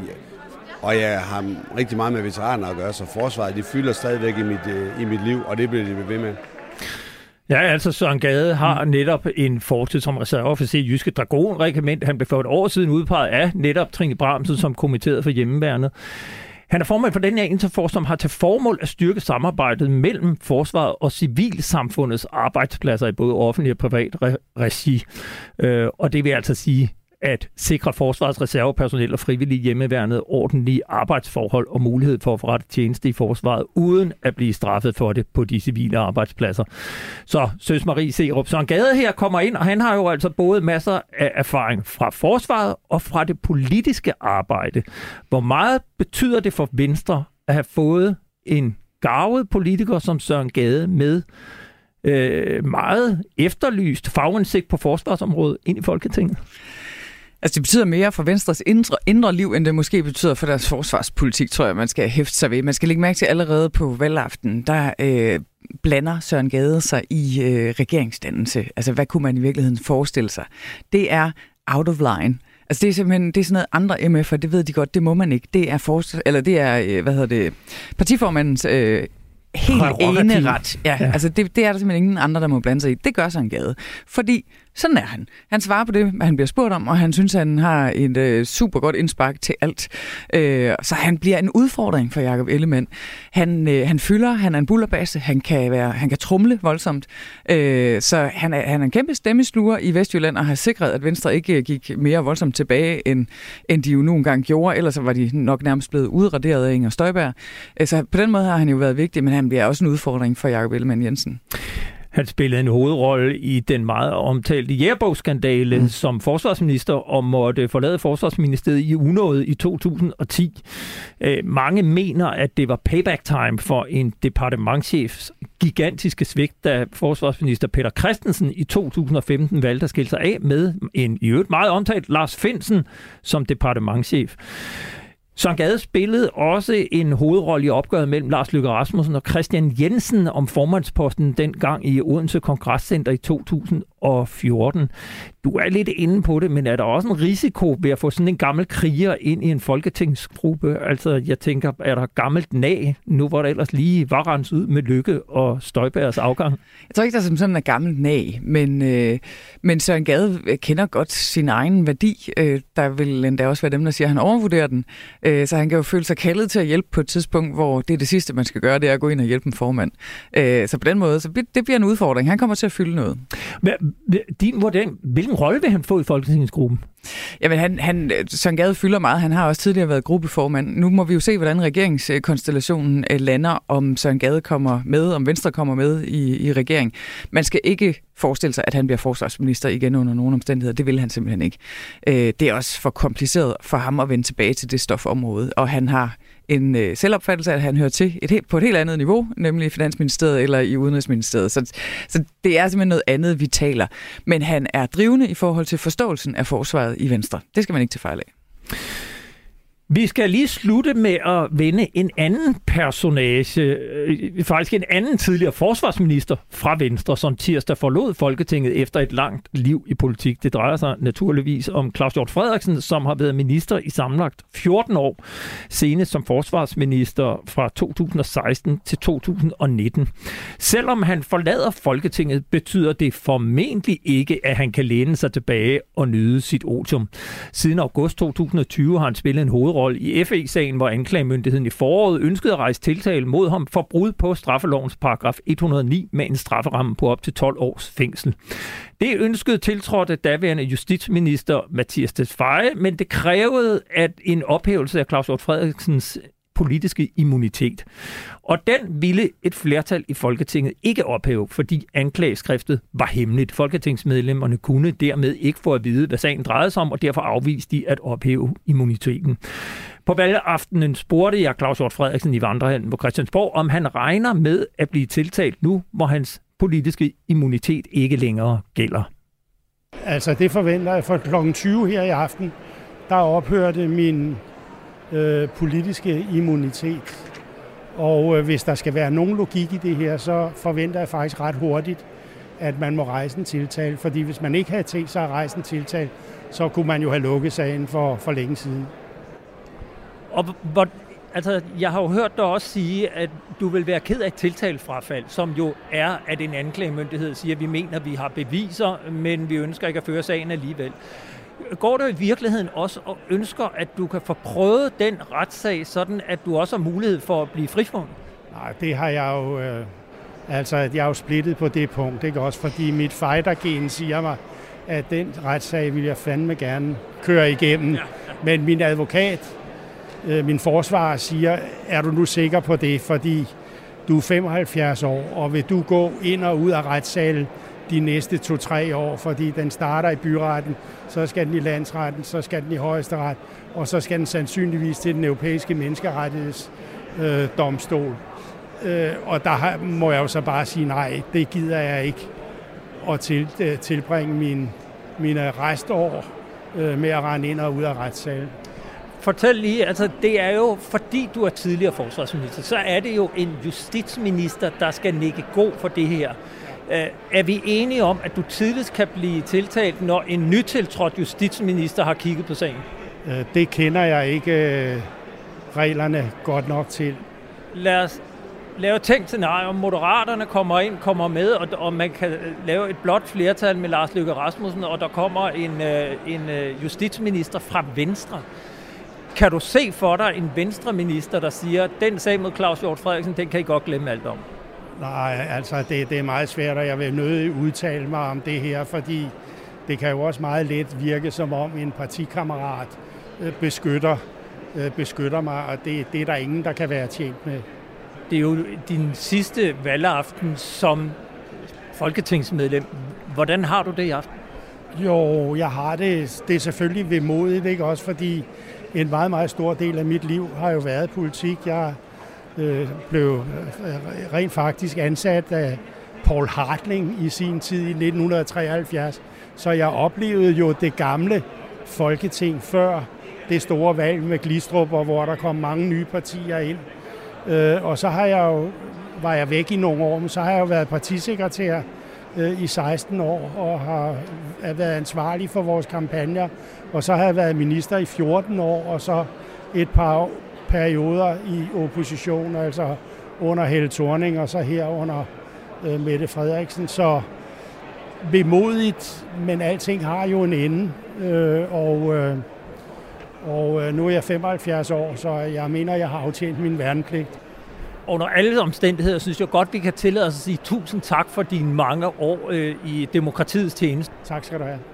og jeg har rigtig meget med veteraner at gøre, så forsvaret det fylder stadigvæk i mit, i mit liv, og det bliver det ved med. Ja, altså Søren Gade har netop en fortid som reserveofficer i Jyske Dragonregiment. Han blev for et år siden udpeget af netop Trine Bramsen som kommitteret for hjemmeværnet. Han er formand for den her interforce, som har til formål at styrke samarbejdet mellem forsvaret og civilsamfundets arbejdspladser i både offentlig og privat regi. Og det vil altså sige at sikre forsvarets reservepersonel og frivillige hjemmeværnet ordentlige arbejdsforhold og mulighed for at forrette tjeneste i forsvaret, uden at blive straffet for det på de civile arbejdspladser. Så Søs Marie Serup Søren Gade her kommer ind, og han har jo altså både masser af erfaring fra forsvaret og fra det politiske arbejde. Hvor meget betyder det for Venstre at have fået en garvet politiker som Søren Gade med øh, meget efterlyst fagindsigt på forsvarsområdet ind i Folketinget? Altså det betyder mere for Venstres indre, indre liv, end det måske betyder for deres forsvarspolitik, tror jeg, man skal hæfte sig ved. Man skal lægge mærke til allerede på valgaften, der øh, blander Søren Gade sig i øh, regeringsdannelse. Altså hvad kunne man i virkeligheden forestille sig? Det er out of line. Altså det er simpelthen det er sådan noget andre M F'er, det ved de godt, det må man ikke. Det er for, eller det er øh, hvad hedder det, partiformandens øh, helt ene ret. Ja, ja. Altså det, det er der simpelthen ingen andre, der må blande sig i. Det gør Søren Gade. Fordi sådan er han. Han svarer på det, han bliver spurgt om, og han synes, han har et øh, super godt indspark til alt. Øh, så han bliver en udfordring for Jakob Ellemann. Han, øh, han fylder, han er en bullerbasse, han kan, være, han kan trumle voldsomt. Øh, så han er, han er en kæmpe stemmesluger i Vestjylland, og har sikret, at Venstre ikke gik mere voldsomt tilbage, end, end de jo nu engang gjorde. Ellers var de nok nærmest blevet udraderet af Inger Støjberg. Øh, så på den måde har han jo været vigtig, men han bliver også en udfordring for Jakob Ellemann Jensen. Han spillede en hovedrolle i den meget omtalte jægerbogsskandale mm. som forsvarsminister og måtte forlade forsvarsministeriet i unåde i to tusind og ti. Øh, mange mener, at det var payback time for en departementschefs gigantiske svigt, da forsvarsminister Peter Christensen i to tusind og femten valgte at skille sig af med en i øvrigt meget omtalt Lars Findsen som departementschef. Søren Gade spillede også en hovedrolle i opgøret mellem Lars Løkke Rasmussen og Christian Jensen om formandsposten dengang i Odense Kongresscenter i to tusind og fjorten. Du er lidt inde på det, men er der også en risiko ved at få sådan en gammel kriger ind i en folketingsgruppe? Altså, jeg tænker, er der gammelt nag, nu hvor der ellers lige var renset ud med Løkke og Støjbergs afgang? Jeg tror ikke, der er som sådan en gammelt nag, men, øh, men Søren Gade kender godt sin egen værdi. Øh, der vil endda også være dem, der siger, at han overvurderer den. Øh, så han kan jo føle sig kaldet til at hjælpe på et tidspunkt, hvor det er det sidste, man skal gøre, det er at gå ind og hjælpe en formand. Øh, så på den måde, så det bliver en udfordring. Han kommer til at fylde noget. Din vurdering, hvilken rolle vil han få i folketingsgruppen? Jamen, han, han, Søren Gade fylder meget. Han har også tidligere været gruppeformand. Nu må vi jo se, hvordan regeringskonstellationen lander, om Søren Gade kommer med, om Venstre kommer med i, i regering. Man skal ikke forestille sig, at han bliver forsvarsminister igen under nogle omstændigheder. Det vil han simpelthen ikke. Det er også for kompliceret for ham at vende tilbage til det stofområde, og han har en øh, selvopfattelse af, at han hører til et helt, på et helt andet niveau, nemlig i Finansministeriet eller i Udenrigsministeriet. Så, så det er simpelthen noget andet, vi taler. Men han er drivende i forhold til forståelsen af forsvaret i Venstre. Det skal man ikke til fejl af. Vi skal lige slutte med at vende en anden personage, faktisk en anden tidligere forsvarsminister fra Venstre, som tirsdag forlod Folketinget efter et langt liv i politik. Det drejer sig naturligvis om Claus Hjort Frederiksen, som har været minister i sammenlagt fjorten år, senest som forsvarsminister fra to tusind og seksten til to tusind og nitten. Selvom han forlader Folketinget, betyder det formentlig ikke, at han kan læne sig tilbage og nyde sit otium. Siden august to tusind og tyve har han spillet en hovedrolle i F E-sagen, hvor anklagemyndigheden i foråret ønskede at rejse tiltale mod ham for brud på straffelovens paragraf et hundrede og ni med en strafferamme på op til tolv års fængsel. Det ønskede tiltrådte daværende justitsminister Mattias Tesfaye, men det krævede at en ophævelse af Claus Hjort Frederiksens politiske immunitet. Og den ville et flertal i Folketinget ikke ophæve, fordi anklageskriftet var hemmeligt. Folketingsmedlemmerne kunne dermed ikke få at vide, hvad sagen drejede sig om, og derfor afviste de at ophæve immuniteten. På valgaftenen spurgte jeg Claus Hjort Frederiksen i vandrehallen på Christiansborg, om han regner med at blive tiltalt nu, hvor hans politiske immunitet ikke længere gælder. Altså det forventer jeg for klokken tyve her i aften. Der ophørte min øh, politiske immunitet. Og øh, hvis der skal være nogen logik i det her, så forventer jeg faktisk ret hurtigt, at man må rejse en tiltale. Fordi hvis man ikke havde tænkt sig at rejse en tiltale, så kunne man jo have lukket sagen for, for længe siden. Og hvor, altså, jeg har jo hørt dig også sige, at du vil være ked af et tiltalefrafald, som jo er, at en anklagemyndighed siger, at vi mener, at vi har beviser, men vi ønsker ikke at føre sagen alligevel. Går du i virkeligheden også og ønsker, at du kan få prøvet den retssag, sådan at du også har mulighed for at blive frifundet? Nej, det har jeg jo... Øh, altså, jeg er jo splittet på det punkt, ikke også? Fordi mit fightergen siger mig, at den retssag vil jeg fandme gerne køre igennem. Ja, ja. Men min advokat, øh, min forsvarer siger, er du nu sikker på det? Fordi du er femoghalvfjerds år, og vil du gå ind og ud af retssalen de næste to-tre år, fordi den starter i byretten, så skal den i landsretten, så skal den i højesteret, og så skal den sandsynligvis til den europæiske menneskerettighedsdomstol. Øh, øh, og der har, må jeg jo så bare sige nej, det gider jeg ikke at til, øh, tilbringe min, mine restår øh, med at rende ind og ud af retssalen. Fortæl lige, altså det er jo, fordi du er tidligere forsvarsminister, så er det jo en justitsminister, der skal nikke god for det her. Er vi enige om, at du tidligst kan blive tiltalt, når en nytiltrådt justitsminister har kigget på sagen? Det kender jeg ikke reglerne godt nok til. Lad os lave et tænkt scenarie, om Moderaterne kommer ind, kommer med, og, og man kan lave et blot flertal med Lars Løkke Rasmussen, og der kommer en, en justitsminister fra Venstre. Kan du se for dig en venstreminister, der siger, den sag mod Claus Hjort Frederiksen, den kan I godt glemme alt om? Nej, altså det, det er meget svært, og jeg vil nødig udtale mig om det her, fordi det kan jo også meget let virke, som om en partikammerat beskytter, beskytter mig, og det, det er der ingen, der kan være tjent med. Det er jo din sidste valgaften som folketingsmedlem. Hvordan har du det i aften? Jo, jeg har det. Det er selvfølgelig vemodigt, ikke også, fordi en meget, meget stor del af mit liv har jo været politik. Jeg øh, blev øh, rent faktisk ansat af Poul Hartling i sin tid i nitten treoghalvfjerds, så jeg oplevede jo det gamle Folketing før det store valg med Glistrup, hvor der kom mange nye partier ind. Øh, og så har jeg jo, var jeg væk i nogle år, men så har jeg jo været partisekretær øh, i seksten år og har været ansvarlig for vores kampagner. Og så har jeg været minister i fjorten år, og så et par perioder i opposition, altså under Helle Thorning og så her under øh, Mette Frederiksen. Så vemodigt, men alting har jo en ende, øh, og, øh, og øh, nu er jeg femoghalvfjerds år, så jeg mener, jeg har aftjent min værnepligt. Under alle omstændigheder synes jeg godt, vi kan tillade os at sige tusind tak for dine mange år øh, i demokratiets tjeneste. Tak skal du have.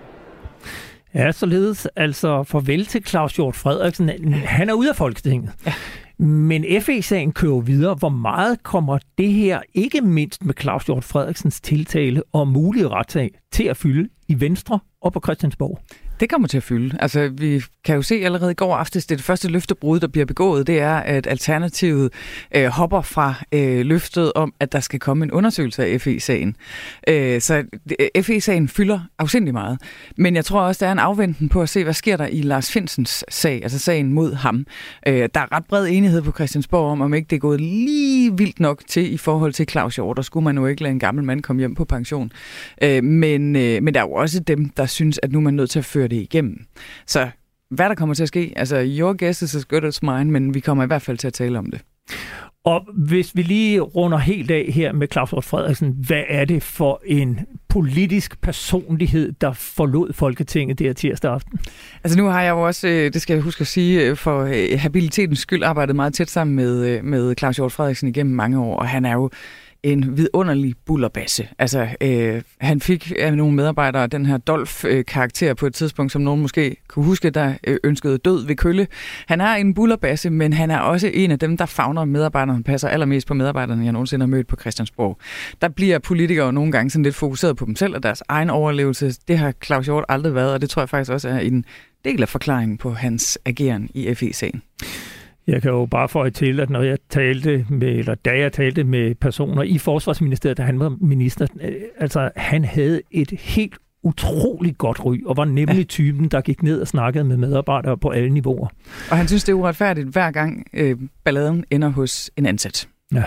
Ja, således altså farvel til Claus Hjort Frederiksen. Han er ude af Folketinget. Ja. Men F E-sagen kører videre. Hvor meget kommer det her, ikke mindst med Claus Hjort Frederiksens tiltale og mulige retssag, til at fylde i Venstre og på Christiansborg? Det kommer til at fylde. Altså, vi kan jo se allerede i går aftes, det, det første løftebrud, der bliver begået, det er, at Alternativet øh, hopper fra øh, løftet om, at der skal komme en undersøgelse af F E-sagen. Øh, så F E-sagen fylder afsindig meget. Men jeg tror også, der er en afventen på at se, hvad sker der i Lars Findsens sag, altså sagen mod ham. Øh, der er ret bred enighed på Christiansborg om, om ikke det er gået lige vildt nok til i forhold til Claus Hjort. Der skulle man jo ikke lade en gammel mand komme hjem på pension. Øh, men, øh, men der er jo også dem, der synes, at nu er man nødt til at føre det igennem. Så hvad der kommer til at ske? Altså, your guess is as good as mine, men vi kommer i hvert fald til at tale om det. Og hvis vi lige runder helt af her med Claus Hjort Frederiksen, hvad er det for en politisk personlighed, der forlod Folketinget der tirsdag aften? Altså nu har jeg jo også, det skal jeg huske at sige, for habilitetens skyld arbejdet meget tæt sammen med, med Claus Hjort Frederiksen igennem mange år, og han er jo en vidunderlig bullerbasse. Altså, øh, han fik af nogle medarbejdere den her Dolph-karakter på et tidspunkt, som nogen måske kunne huske, der ønskede død ved kølle. Han er en bullerbasse, men han er også en af dem, der favner medarbejderne. Han passer allermest på medarbejderne, jeg nogensinde har mødt på Christiansborg. Der bliver politikere nogle gange sådan lidt fokuseret på dem selv og deres egen overlevelse. Det har Claus Hjort aldrig været, og det tror jeg faktisk også er en del af forklaringen på hans ageren i F E-sagen. Jeg kan jo bare føje til, at når jeg talte med, eller da jeg talte med personer i Forsvarsministeriet, da han var minister, altså han havde et helt utroligt godt ry, og var nemlig ja. typen, der gik ned og snakkede med medarbejdere på alle niveauer. Og han synes, det er uretfærdigt hver gang øh, balladen ender hos en ansat. Ja.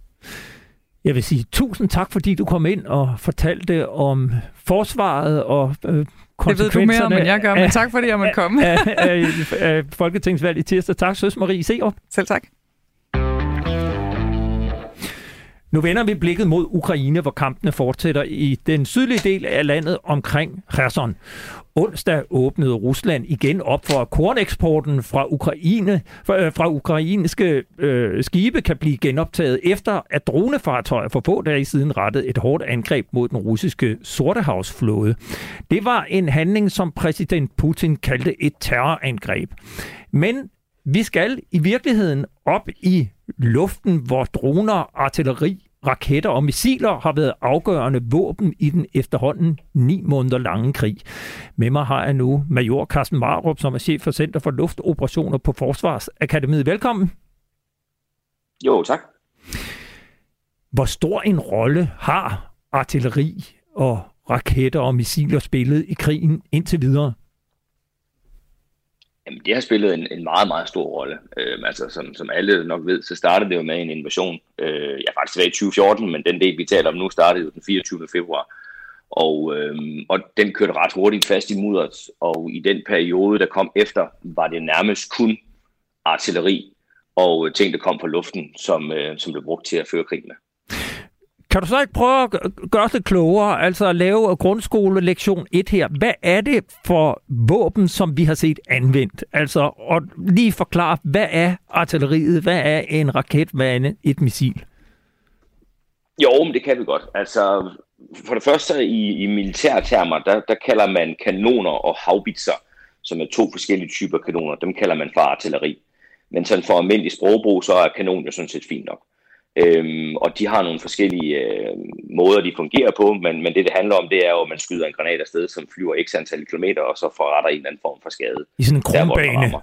Jeg vil sige tusind tak, fordi du kom ind og fortalte om forsvaret og øh, konsekvenserne. Det ved du mere om, end jeg gør, men tak fordi jeg måtte komme. af, af, af, af Folketingsvalg i tirsdag. Tak, Søs Marie Serup. Selv tak. Nu vender vi blikket mod Ukraine, hvor kampene fortsætter i den sydlige del af landet omkring Kherson. Onsdag åbnede Rusland igen op for, at korneksporten fra, Ukraine, fra, fra ukrainske øh, skibe kan blive genoptaget, efter at dronefartøjer for få dage siden rettede et hårdt angreb mod den russiske Sortehavsflåde. Det var en handling, som præsident Putin kaldte et terrorangreb. Men vi skal i virkeligheden op i luften, hvor droner, artilleri, raketter og missiler har været afgørende våben i den efterhånden ni måneder lange krig. Med mig har jeg nu major Carsten Marup, som er chef for Center for Luftoperationer på Forsvarsakademiet. Velkommen. Jo, tak. Hvor stor en rolle har artilleri og raketter og missiler spillet i krigen indtil videre? Jamen, det har spillet en, en meget, meget stor rolle. Øhm, altså, som, som alle nok ved, så startede det jo med en invasion. Øh, ja, faktisk tilbage i tyve fjorten, men den del, vi taler om nu, startede jo den fireogtyvende februar. Og, øhm, og den kørte ret hurtigt fast i mudderet. Og i den periode, der kom efter, var det nærmest kun artilleri og ting, der kom fra luften, som, øh, som blev brugt til at føre krig med. Kan du så ikke prøve at gøre det klogere, altså at lave grundskole lektion et her? Hvad er det for våben, som vi har set anvendt? Altså, og lige forklare, hvad er artilleriet, hvad er en raket, hvad er et missil? Jo, men det kan vi godt. Altså, for det første i, i militære termer, der, der kalder man kanoner og haubitser, som er to forskellige typer kanoner. Dem kalder man for artilleri. Men sådan for almindelig sprogbrug, så er kanon jo sådan set fint nok. Øhm, og de har nogle forskellige øh, måder, de fungerer på, men, men det, det handler om, det er jo, at man skyder en granat afsted, som flyver x antal kilometer, og så forretter en eller anden form for skade. I sådan en krumbane?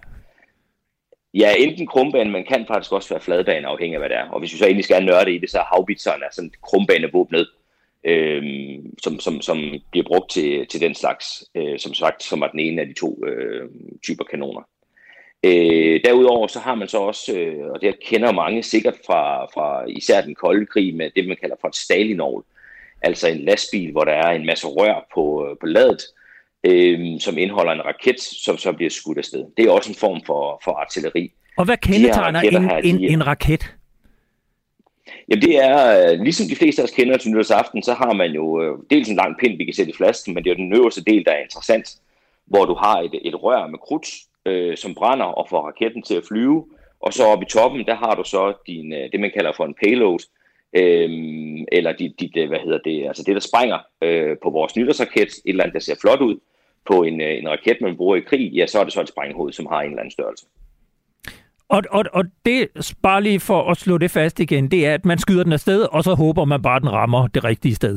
Ja, enten krumbane, men kan faktisk også være fladbane, afhængig af hvad det er. Og hvis vi så egentlig skal nørde i det, så er haubitserne sådan krumbanevåbnet, øh, som, som, som bliver brugt til, til den slags, øh, som sagt, som er den ene af de to øh, typer kanoner. Øh, derudover så har man så også, øh, og det kender mange sikkert fra, fra især den kolde krig, med det man kalder for et Stalinovl, altså en lastbil, hvor der er en masse rør på, på ladet, øh, som indeholder en raket, som så bliver skudt afsted. Det er også en form for, for artilleri. Og hvad kendetegner en, her, en, en raket? Jamen det er, ligesom de fleste af os kender til nytårsaften, så har man jo øh, dels en lang pind, vi kan sætte i flasken, men det er jo den øverste del, der er interessant, hvor du har et, et rør med krudt, Øh, som brænder og får raketten til at flyve, og så oppe i toppen, der har du så din, det man kalder for en payload, øh, eller dit, dit, hvad hedder det, altså det der sprænger øh, på vores nytårsraket, et eller andet der ser flot ud, på en, en raket man bruger i krig, ja, så er det så et sprænghoved, som har en eller anden størrelse. Og, og, og det, bare lige for at slå det fast igen, det er, at man skyder den afsted, og så håber man bare, at den rammer det rigtige sted.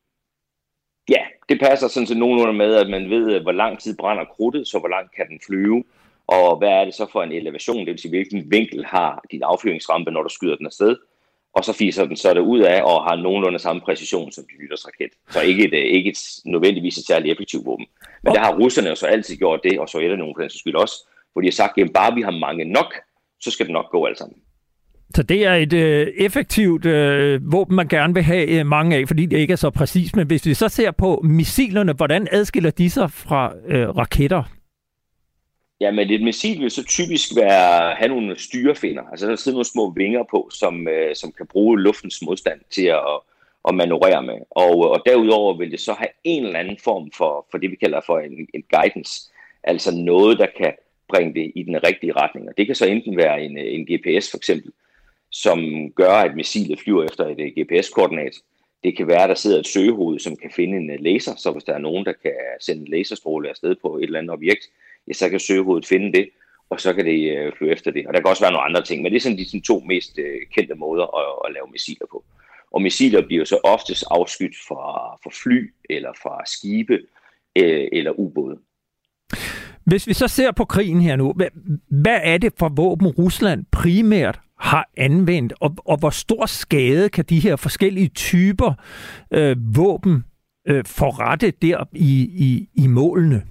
Ja, det passer sådan set nogenlunde med, at man ved, hvor lang tid brænder krudtet, så hvor langt kan den flyve, og hvad er det så for en elevation, det vil sige, hvilken vinkel har din affyringsrampe, når du skyder den afsted, og så fiser den så det ud af, og har nogenlunde samme præcision som din nytårsraket. Så ikke et, ikke et nødvendigvis et særligt effektivt våben. Men okay. Der har russerne jo så altid gjort det, og sovjeterne for den skyld også, hvor de har sagt, at bare vi har mange nok, så skal det nok gå alt sammen. Så det er et øh, effektivt øh, våben, man gerne vil have øh, mange af, fordi det ikke er så præcist. Men hvis vi så ser på missilerne, hvordan adskiller de sig fra øh, raketter? Ja, men et missil vil så typisk være, have nogle styrefinder. Altså der sidder nogle små vinger på, som, øh, som kan bruge luftens modstand til at, at manøvrere med. Og, og derudover vil det så have en eller anden form for, for det, vi kalder for en, en guidance. Altså noget, der kan bringe det i den rigtige retning. Og det kan så enten være en, en G P S for eksempel, som gør, at missilet flyver efter et G P S-koordinat. Det kan være, at der sidder et søgehoved, som kan finde en laser, så hvis der er nogen, der kan sende en laserstråle afsted på et eller andet objekt, ja, så kan søgehovedet finde det, og så kan det øh, flyve efter det. Og der kan også være nogle andre ting, men det er sådan de sådan, to mest øh, kendte måder at, at lave missiler på. Og missiler bliver så oftest afskudt fra, fra fly, eller fra skibe, øh, eller ubåde. Hvis vi så ser på krigen her nu, hvad, hvad er det for våben, Rusland primært har anvendt, og, og hvor stor skade kan de her forskellige typer øh, våben øh, forrette der i, i, i målene?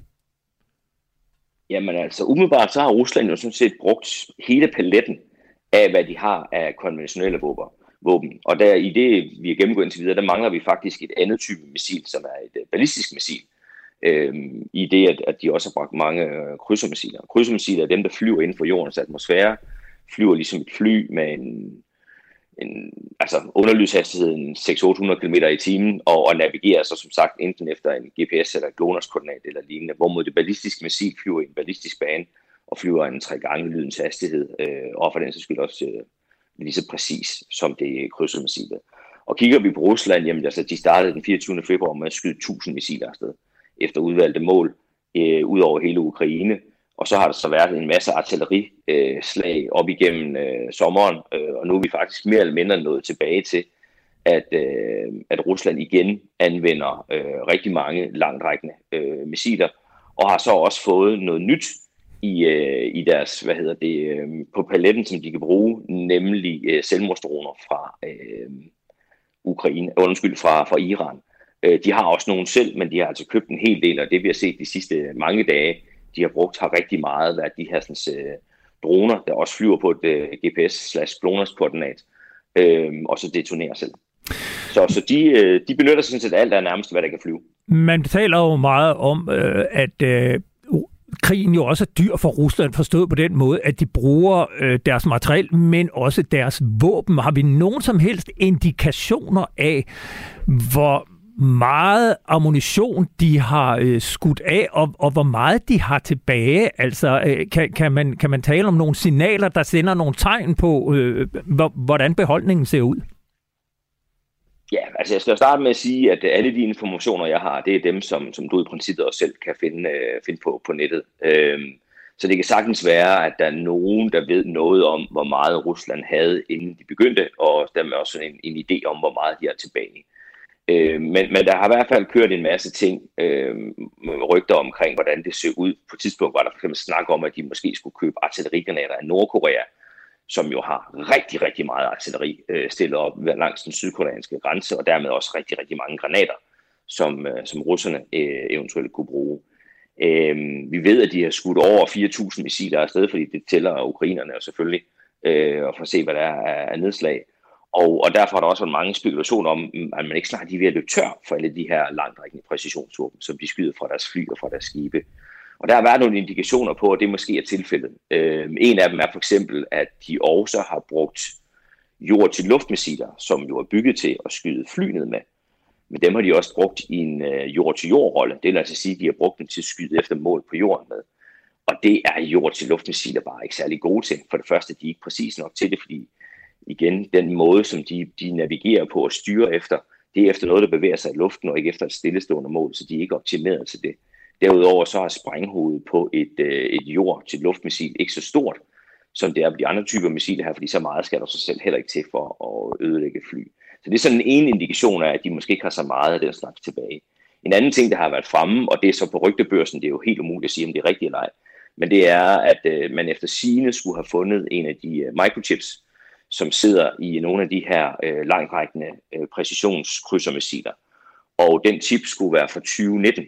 Jamen altså, umiddelbart så har Rusland jo sådan set brugt hele paletten af, hvad de har af konventionelle våben. Og der i det, vi har gennemgået indtil videre, der mangler vi faktisk et andet type missil, som er et ballistisk missil. Øhm, I det, at, at de også har brugt mange øh, krydsermissiler. Krydsermissiler er dem, der flyver inden for jordens atmosfære, flyver ligesom et fly med en, en, altså underlyshastigheden seks hundrede til otte hundrede kilometer i timen, og, og navigerer så som sagt enten efter en G P S eller GLONASS-koordinat eller lignende, hvorimod det ballistiske missil flyver i en ballistisk bane og flyver en tre gange lydens hastighed, øh, og for den så skyld også øh, lige så præcis som det krydsede missilet. Og kigger vi på Rusland, jamen altså de startede den fireogtyvende februar med at skyde tusind missiler afsted efter udvalgte mål øh, ud over hele Ukraine. Og så har der så været en masse artillerislag øh, op igennem øh, sommeren, øh, og nu er vi faktisk mere eller mindre nået tilbage til, at, øh, at Rusland igen anvender øh, rigtig mange langtrækkende øh, missiler, og har så også fået noget nyt i, øh, i deres, hvad hedder det, øh, på paletten, som de kan bruge, nemlig øh, selvmordsdroner fra øh, Ukraine, undskyld, fra, fra Iran. Øh, de har også nogle selv, men de har altså købt en hel del, og det vi har set de sidste mange dage, de har brugt, har rigtig meget været de her sådan, øh, droner, der også flyver på et øh, G P S slash GLONASS-koordinat, øh, og så detonerer selv. Så, så de, øh, de benytter sig sådan set alt, der er nærmest, hvad der kan flyve. Man taler jo meget om, øh, at øh, krigen jo også er dyr for Rusland, forstået på den måde, at de bruger øh, deres materiel, men også deres våben. Har vi nogen som helst indikationer af, hvor meget ammunition de har øh, skudt af, og, og hvor meget de har tilbage? Altså, øh, kan, kan, man, kan man tale om nogle signaler, der sender nogle tegn på, øh, hvordan beholdningen ser ud? Ja, altså jeg skal starte med at sige, at alle de informationer, jeg har, det er dem, som, som du i princippet også selv kan finde, øh, finde på på nettet. Øhm, så det kan sagtens være, at der er nogen, der ved noget om, hvor meget Rusland havde, inden de begyndte, og dermed også en, en idé om, hvor meget de har tilbage. Øh, men, men der har i hvert fald kørt en masse ting, øh, rygter omkring, hvordan det ser ud. På et tidspunkt var der for eksempel snak om, at de måske skulle købe artillerigranater af Nordkorea, som jo har rigtig, rigtig meget artilleri øh, stillet op langs den sydkoreanske grænse, og dermed også rigtig, rigtig mange granater, som, øh, som russerne øh, eventuelt kunne bruge. Øh, vi ved, at de har skudt over fire tusind missiler afsted, fordi det tæller ukrainerne jo selvfølgelig, øh, og for at se, hvad der er af nedslag. Og, og derfor har der også været mange spekulationer om, at man ikke snart er ved at løbe tør for alle de her langtrækkende præcisionsvåben, som de skyder fra deres fly og fra deres skibe. Og der har været nogle indikationer på, at det måske er tilfældet. Øh, en af dem er for eksempel, at de også har brugt jord-til-luftmissiler, som jo er bygget til at skyde fly ned med. Men dem har de også brugt i en øh, jord-til-jord-rolle. Det vil altså sige, at de har brugt dem til at skyde efter mål på jorden med. Og det er jord-til-luftmissiler bare ikke særlig gode til. For det første, de er ikke præcis nok til det, fordi igen, den måde, som de, de navigerer på og styrer efter, det er efter noget, der bevæger sig i luften, og ikke efter et stillestående mål, så de er ikke optimeret til det. Derudover så er sprænghovedet på et, øh, et jord-til-luftmissil ikke så stort, som det er på de andre typer missiler her, fordi så meget skal der så selv heller ikke til for at ødelægge fly. Så det er sådan en indikation af, at de måske ikke har så meget af den slags tilbage. En anden ting, der har været fremme, og det er så på rygtebørsen, det er jo helt umuligt at sige, om det er rigtigt eller ej, men det er, at øh, man efter sigende skulle have fundet en af de øh, microchips, som sidder i nogle af de her øh, langtrækkende øh, præcisionskrydsermissiler. Og den chip skulle være fra tyve nitten.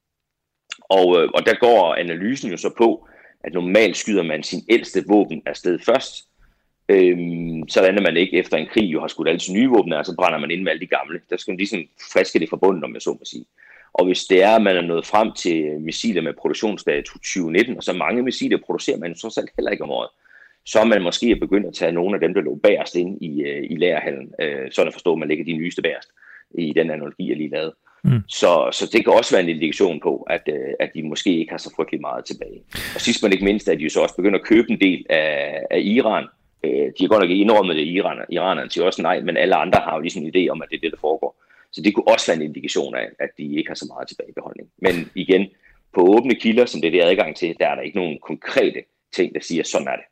Og, øh, og der går analysen jo så på, at normalt skyder man sin ældste våben afsted først, øhm, sådan at man ikke efter en krig jo har skudt alle sine nye våben, og så brænder man ind med alle de gamle. Der skal man ligesom friske det forbundet, om jeg så må sige. Og hvis det er, at man er nået frem til missiler med produktionsdato tyve nitten, og så mange missiler producerer man jo så selv heller ikke om året, så er man måske begyndt at tage nogle af dem, der lå bagerst ind i, øh, i lagerhallen, øh, sådan at forstå, at man lægger de nyeste bagerst i den analogi, jeg lige lavede. Mm. Så, så det kan også være en indikation på, at, øh, at de måske ikke har så frygtelig meget tilbage. Og sidst men ikke mindst, at de jo så også begynder at købe en del af, af Iran. Øh, de har godt nok ikke indrømmet det i Iran. Iranerne siger også nej, men alle andre har jo ligesom en idé om, at det er det, der foregår. Så det kunne også være en indikation af, at de ikke har så meget tilbagebeholdning. Men igen, på åbne kilder, som det er det adgang til, der er der ikke nogen konkrete ting, der siger, sådan er det.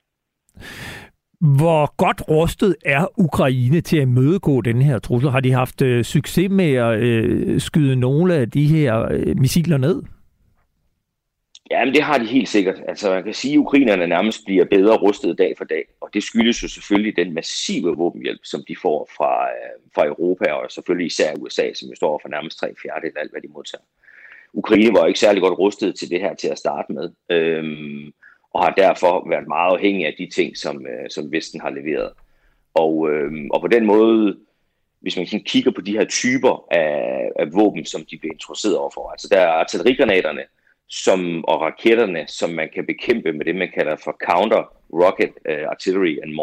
Hvor godt rustet er Ukraine til at imødegå den her trussel? Har de haft øh, succes med at øh, skyde nogle af de her øh, missiler ned? Jamen det har de helt sikkert. Altså man kan sige, at ukrainerne nærmest bliver bedre rustet dag for dag. Og det skyldes jo selvfølgelig den massive våbenhjælp, som de får fra, øh, fra Europa, og selvfølgelig især U S A, som jo står for nærmest tre fjerdedel af alt, hvad de modtager. Ukraine var ikke særlig godt rustet til det her til at starte med. Øhm, og har derfor været meget afhængig af de ting, som, øh, som Vesten har leveret. Og, øh, og på den måde, hvis man kigger på de her typer af, af våben, som de bliver introduceret overfor, altså der er artillerigranaterne som, og raketterne, som man kan bekæmpe med det, man kalder for Counter Rocket uh, Artillery and Mortar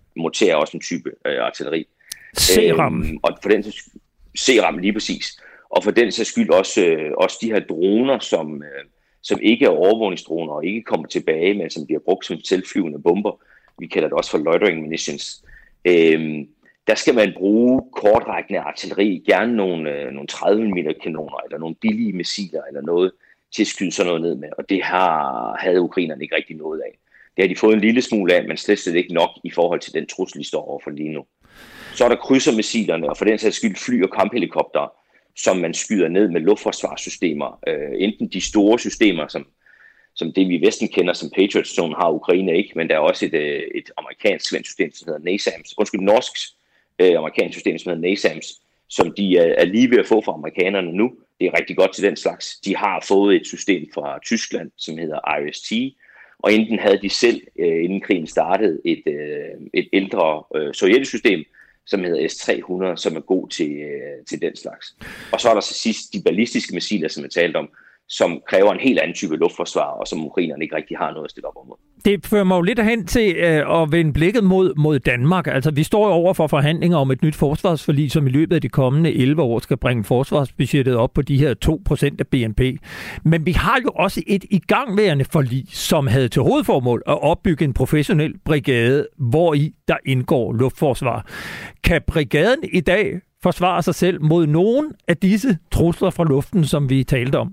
monterer også en type øh, artilleri. C-ram. Øhm, og for den C-ram lige præcis. Og for den så skyld også, øh, også de her droner, som, øh, som ikke er overvågningsdroner og ikke kommer tilbage, men som bliver brugt som selvflyvende bomber. Vi kalder det også for loitering munitions. Øhm, der skal man bruge kortrækkende artilleri, gerne nogle, øh, nogle tredive millimeter kanoner eller nogle billige missiler eller noget til at skyde sådan noget ned med. Og det har, havde ukrainerne ikke rigtig noget af. Det har de fået en lille smule af, men slet, slet ikke nok i forhold til den trussel, de står overfor lige nu. Så er der krydsermissilerne, og for den sags skyld fly- og kamphelikoptere, som man skyder ned med luftforsvarssystemer. Øh, enten de store systemer, som, som det vi i Vesten kender som Patriot, som har Ukraine ikke, men der er også et, et amerikansk system, som hedder NASAMS, undskyld, norsk øh, amerikansk system, som hedder NASAMS, som de er, er lige ved at få fra amerikanerne nu. Det er rigtig godt til den slags. De har fået et system fra Tyskland, som hedder I R S T, og enten havde de selv, øh, inden krigen startede, et, øh, et ældre øh, sovjetisk system, som hedder S tre hundrede, som er god til, øh, til den slags. Og så er der til sidst de ballistiske missiler, som jeg talte om, som kræver en helt anden type luftforsvar, og som ukrainerne ikke rigtig har noget at stille op mod. Det fører mig jo lidt hen til øh, at vende blikket mod, mod Danmark. Altså, vi står jo over for forhandlinger om et nyt forsvarsforlig, som i løbet af de kommende elleve år skal bringe forsvarsbudgettet op på de her to procent af B N P. Men vi har jo også et igangværende forlig, som havde til hovedformål at opbygge en professionel brigade, hvor i der indgår luftforsvar. Kan brigaden i dag forsvare sig selv mod nogen af disse trusler fra luften, som vi talte om?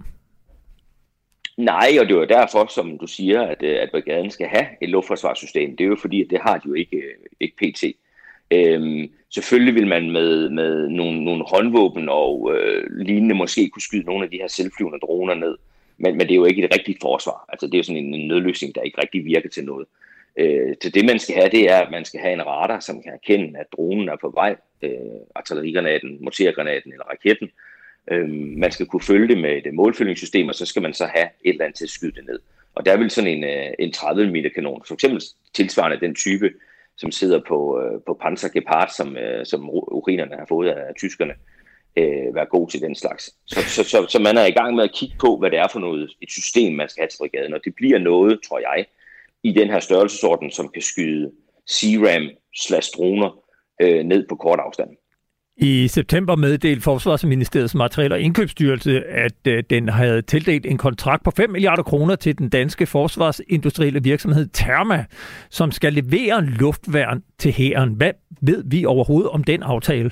Nej, og det er jo derfor, som du siger, at, at brigaden skal have et luftforsvarssystem. Det er jo fordi, at det har de jo ikke, ikke pt. Øhm, selvfølgelig vil man med, med nogle, nogle håndvåben og øh, lignende måske kunne skyde nogle af de her selvflyvende droner ned. Men, men det er jo ikke et rigtigt forsvar. Altså det er jo sådan en, en nødløsning, der ikke rigtig virker til noget. Øh, så det man skal have, det er, at man skal have en radar, som kan erkende, at dronen er på vej. Øh, artillerigranaten, mortergranaten eller raketten. Øhm, man skal kunne følge det med et målfølgningssystem, og så skal man så have et eller andet til at skyde det ned. Og der vil sådan en, en tredive millimeter kanon, for eksempel tilsvarende den type, som sidder på, på Panzer Gepard, som, som ukrainerne har fået af tyskerne, øh, være god til den slags. Så, så, så, så man er i gang med at kigge på, hvad det er for noget, et system, man skal have til brigaden, og det bliver noget, tror jeg, i den her størrelsesorden, som kan skyde C-ram slash droner øh, ned på kort afstand. I september meddelte Forsvarsministeriets Materiel- og Indkøbsstyrelse, at øh, den havde tildelt en kontrakt på fem milliarder kroner til den danske forsvarsindustrielle virksomhed Therma, som skal levere luftværn til hæren. Hvad ved vi overhovedet om den aftale?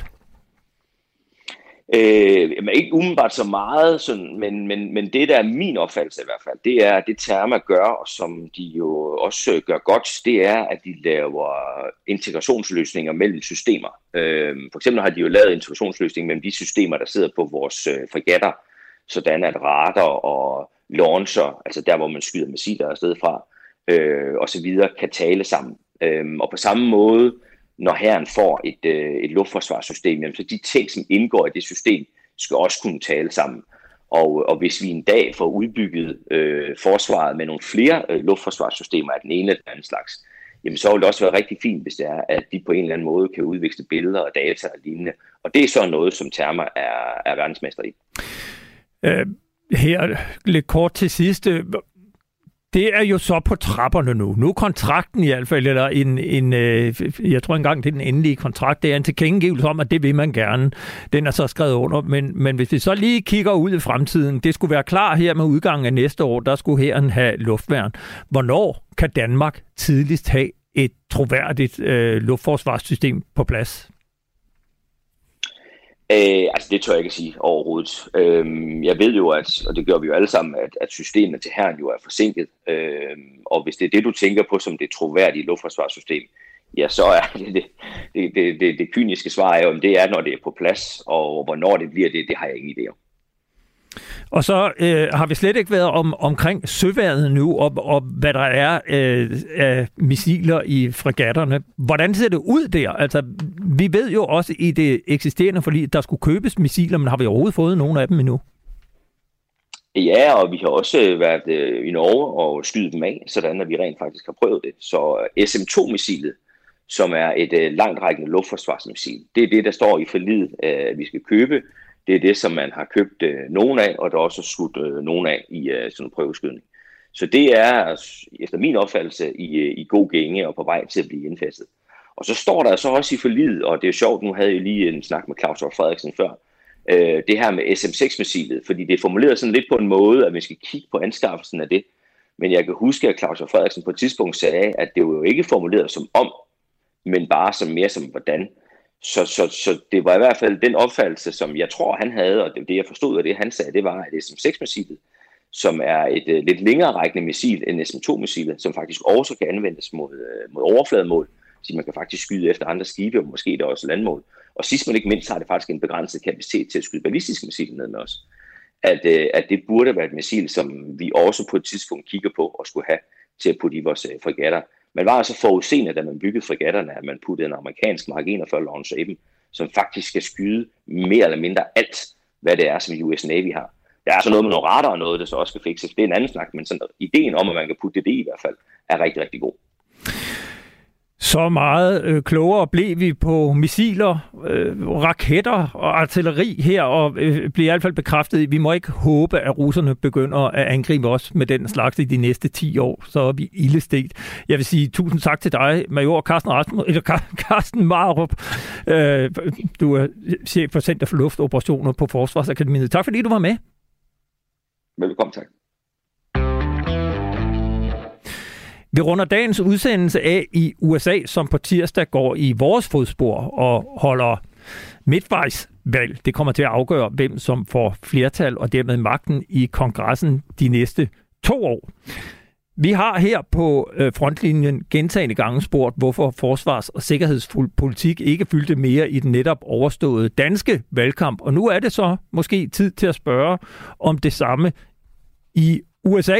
Øh, ikke umiddelbart så meget, sådan, men, men, men det der er min opfattelse i hvert fald, det er, at det Therma gør, og som de jo også gør godt, det er, at de laver integrationsløsninger mellem systemer. Øh, for eksempel har de jo lavet integrationsløsninger mellem de systemer, der sidder på vores øh, fregatter, sådan at radar og launcher, altså der hvor man skyder missiler afsted fra, øh, og så videre, kan tale sammen. Øh, og på samme måde, når hæren får et, øh, et luftforsvarssystem, jamen, så de ting, som indgår i det system, skal også kunne tale sammen. Og, og hvis vi en dag får udbygget øh, forsvaret med nogle flere øh, luftforsvarssystemer af den ene eller den anden slags, jamen, så vil det også være rigtig fint, hvis det er, at de på en eller anden måde kan udveksle billeder og data og lignende. Og det er så noget, som Therma er, er verdensmester i. Øh, her lidt kort til sidst. Det er jo så på trapperne nu. Nu er kontrakten i hvert fald, eller en, en, jeg tror engang, det er den endelige kontrakt, det er en tilkendegivelse om, at det vil man gerne. Den er så skrevet under, men, men hvis vi så lige kigger ud i fremtiden, det skulle være klar her med udgangen af næste år, der skulle hæren have luftværn. Hvornår kan Danmark tidligst have et troværdigt øh, luftforsvarssystem på plads? Øh, altså det tør jeg ikke sige overhovedet. Øh, jeg ved jo, at, og det gør vi jo alle sammen, at, at systemet til hæren jo er forsinket. Øh, og hvis det er det, du tænker på som det troværdige luftforsvarssystem, ja, så er det det, det, det, det, det kyniske svar er, om det er, når det er på plads, og hvornår det bliver det, det har jeg ingen idé om. Og så øh, har vi slet ikke været om, omkring søværnet nu, og, og hvad der er øh, af missiler i fregatterne. Hvordan ser det ud der? Altså, vi ved jo også i det eksisterende forlig, der skulle købes missiler, men har vi overhovedet fået nogen af dem endnu? Ja, og vi har også været øh, i Norge og skyde dem af, sådan at vi rent faktisk har prøvet det. Så S M to missilet, som er et øh, langtrækkende luftforsvarsmissil, det er det, der står i forliget, at øh, vi skal købe. Det er det, som man har købt øh, nogen af, og der er også skudt øh, nogen af i øh, sådan en prøveskydning. Så det er efter min opfattelse i, øh, i god gænge og på vej til at blive indfastet. Og så står der så også i forliget, og det er sjovt, nu havde jeg lige en snak med Claus Hjort Frederiksen før, øh, det her med S M seks missilet, fordi det er formuleret sådan lidt på en måde, at vi skal kigge på anskaffelsen af det. Men jeg kan huske, at Claus Hjort Frederiksen på et tidspunkt sagde, at det var jo ikke formuleret som om, men bare som mere som hvordan. Så, så, så det var i hvert fald den opfattelse, som jeg tror, han havde, og det, det jeg forstod af det, han sagde, det var, at S M seks missilet, som er et uh, lidt længere rækkende missil end S M to missilet, som faktisk også kan anvendes mod, uh, mod overflademål, så man kan faktisk skyde efter andre skibe, og måske der også landmål. Og sidst men ikke mindst har det faktisk en begrænset kapacitet til at skyde ballistiske missiler ned med os. At, uh, at det burde være et missil, som vi også på et tidspunkt kigger på og skulle have til at putte i vores uh, fregatter. Man var altså forudseende, da man byggede fregatterne, at man puttede en amerikansk Mark enogfyrre launcher i dem, som faktisk skal skyde mere eller mindre alt, hvad det er, som U S Navy har. Der er altså noget med nogle radar og noget, der så også skal fikses. Det er en anden snak, men sådan, ideen om, at man kan putte det i hvert fald, er rigtig, rigtig god. Så meget øh, klogere blev vi på missiler, øh, raketter og artilleri her, og øh, bliver i hvert fald bekræftet, at vi må ikke håbe, at russerne begynder at angribe os med den slags i de næste ti år. Så er vi ildestet. Jeg vil sige tusind tak til dig, major Carsten, Rasmus, eller Carsten Marup. Øh, du er chef for Center for Luftoperationer på Forsvarsakademiet. Tak fordi du var med. Velkommen, tak. Vi runder dagens udsendelse af i U S A, som på tirsdag går i vores fodspor og holder midtvejsvalg. Det kommer til at afgøre, hvem som får flertal og dermed magten i kongressen de næste to år. Vi har her på frontlinjen gentagne gange spurgt, hvorfor forsvars- og sikkerhedspolitik ikke fyldte mere i den netop overståede danske valgkamp. Og nu er det så måske tid til at spørge om det samme i U S A.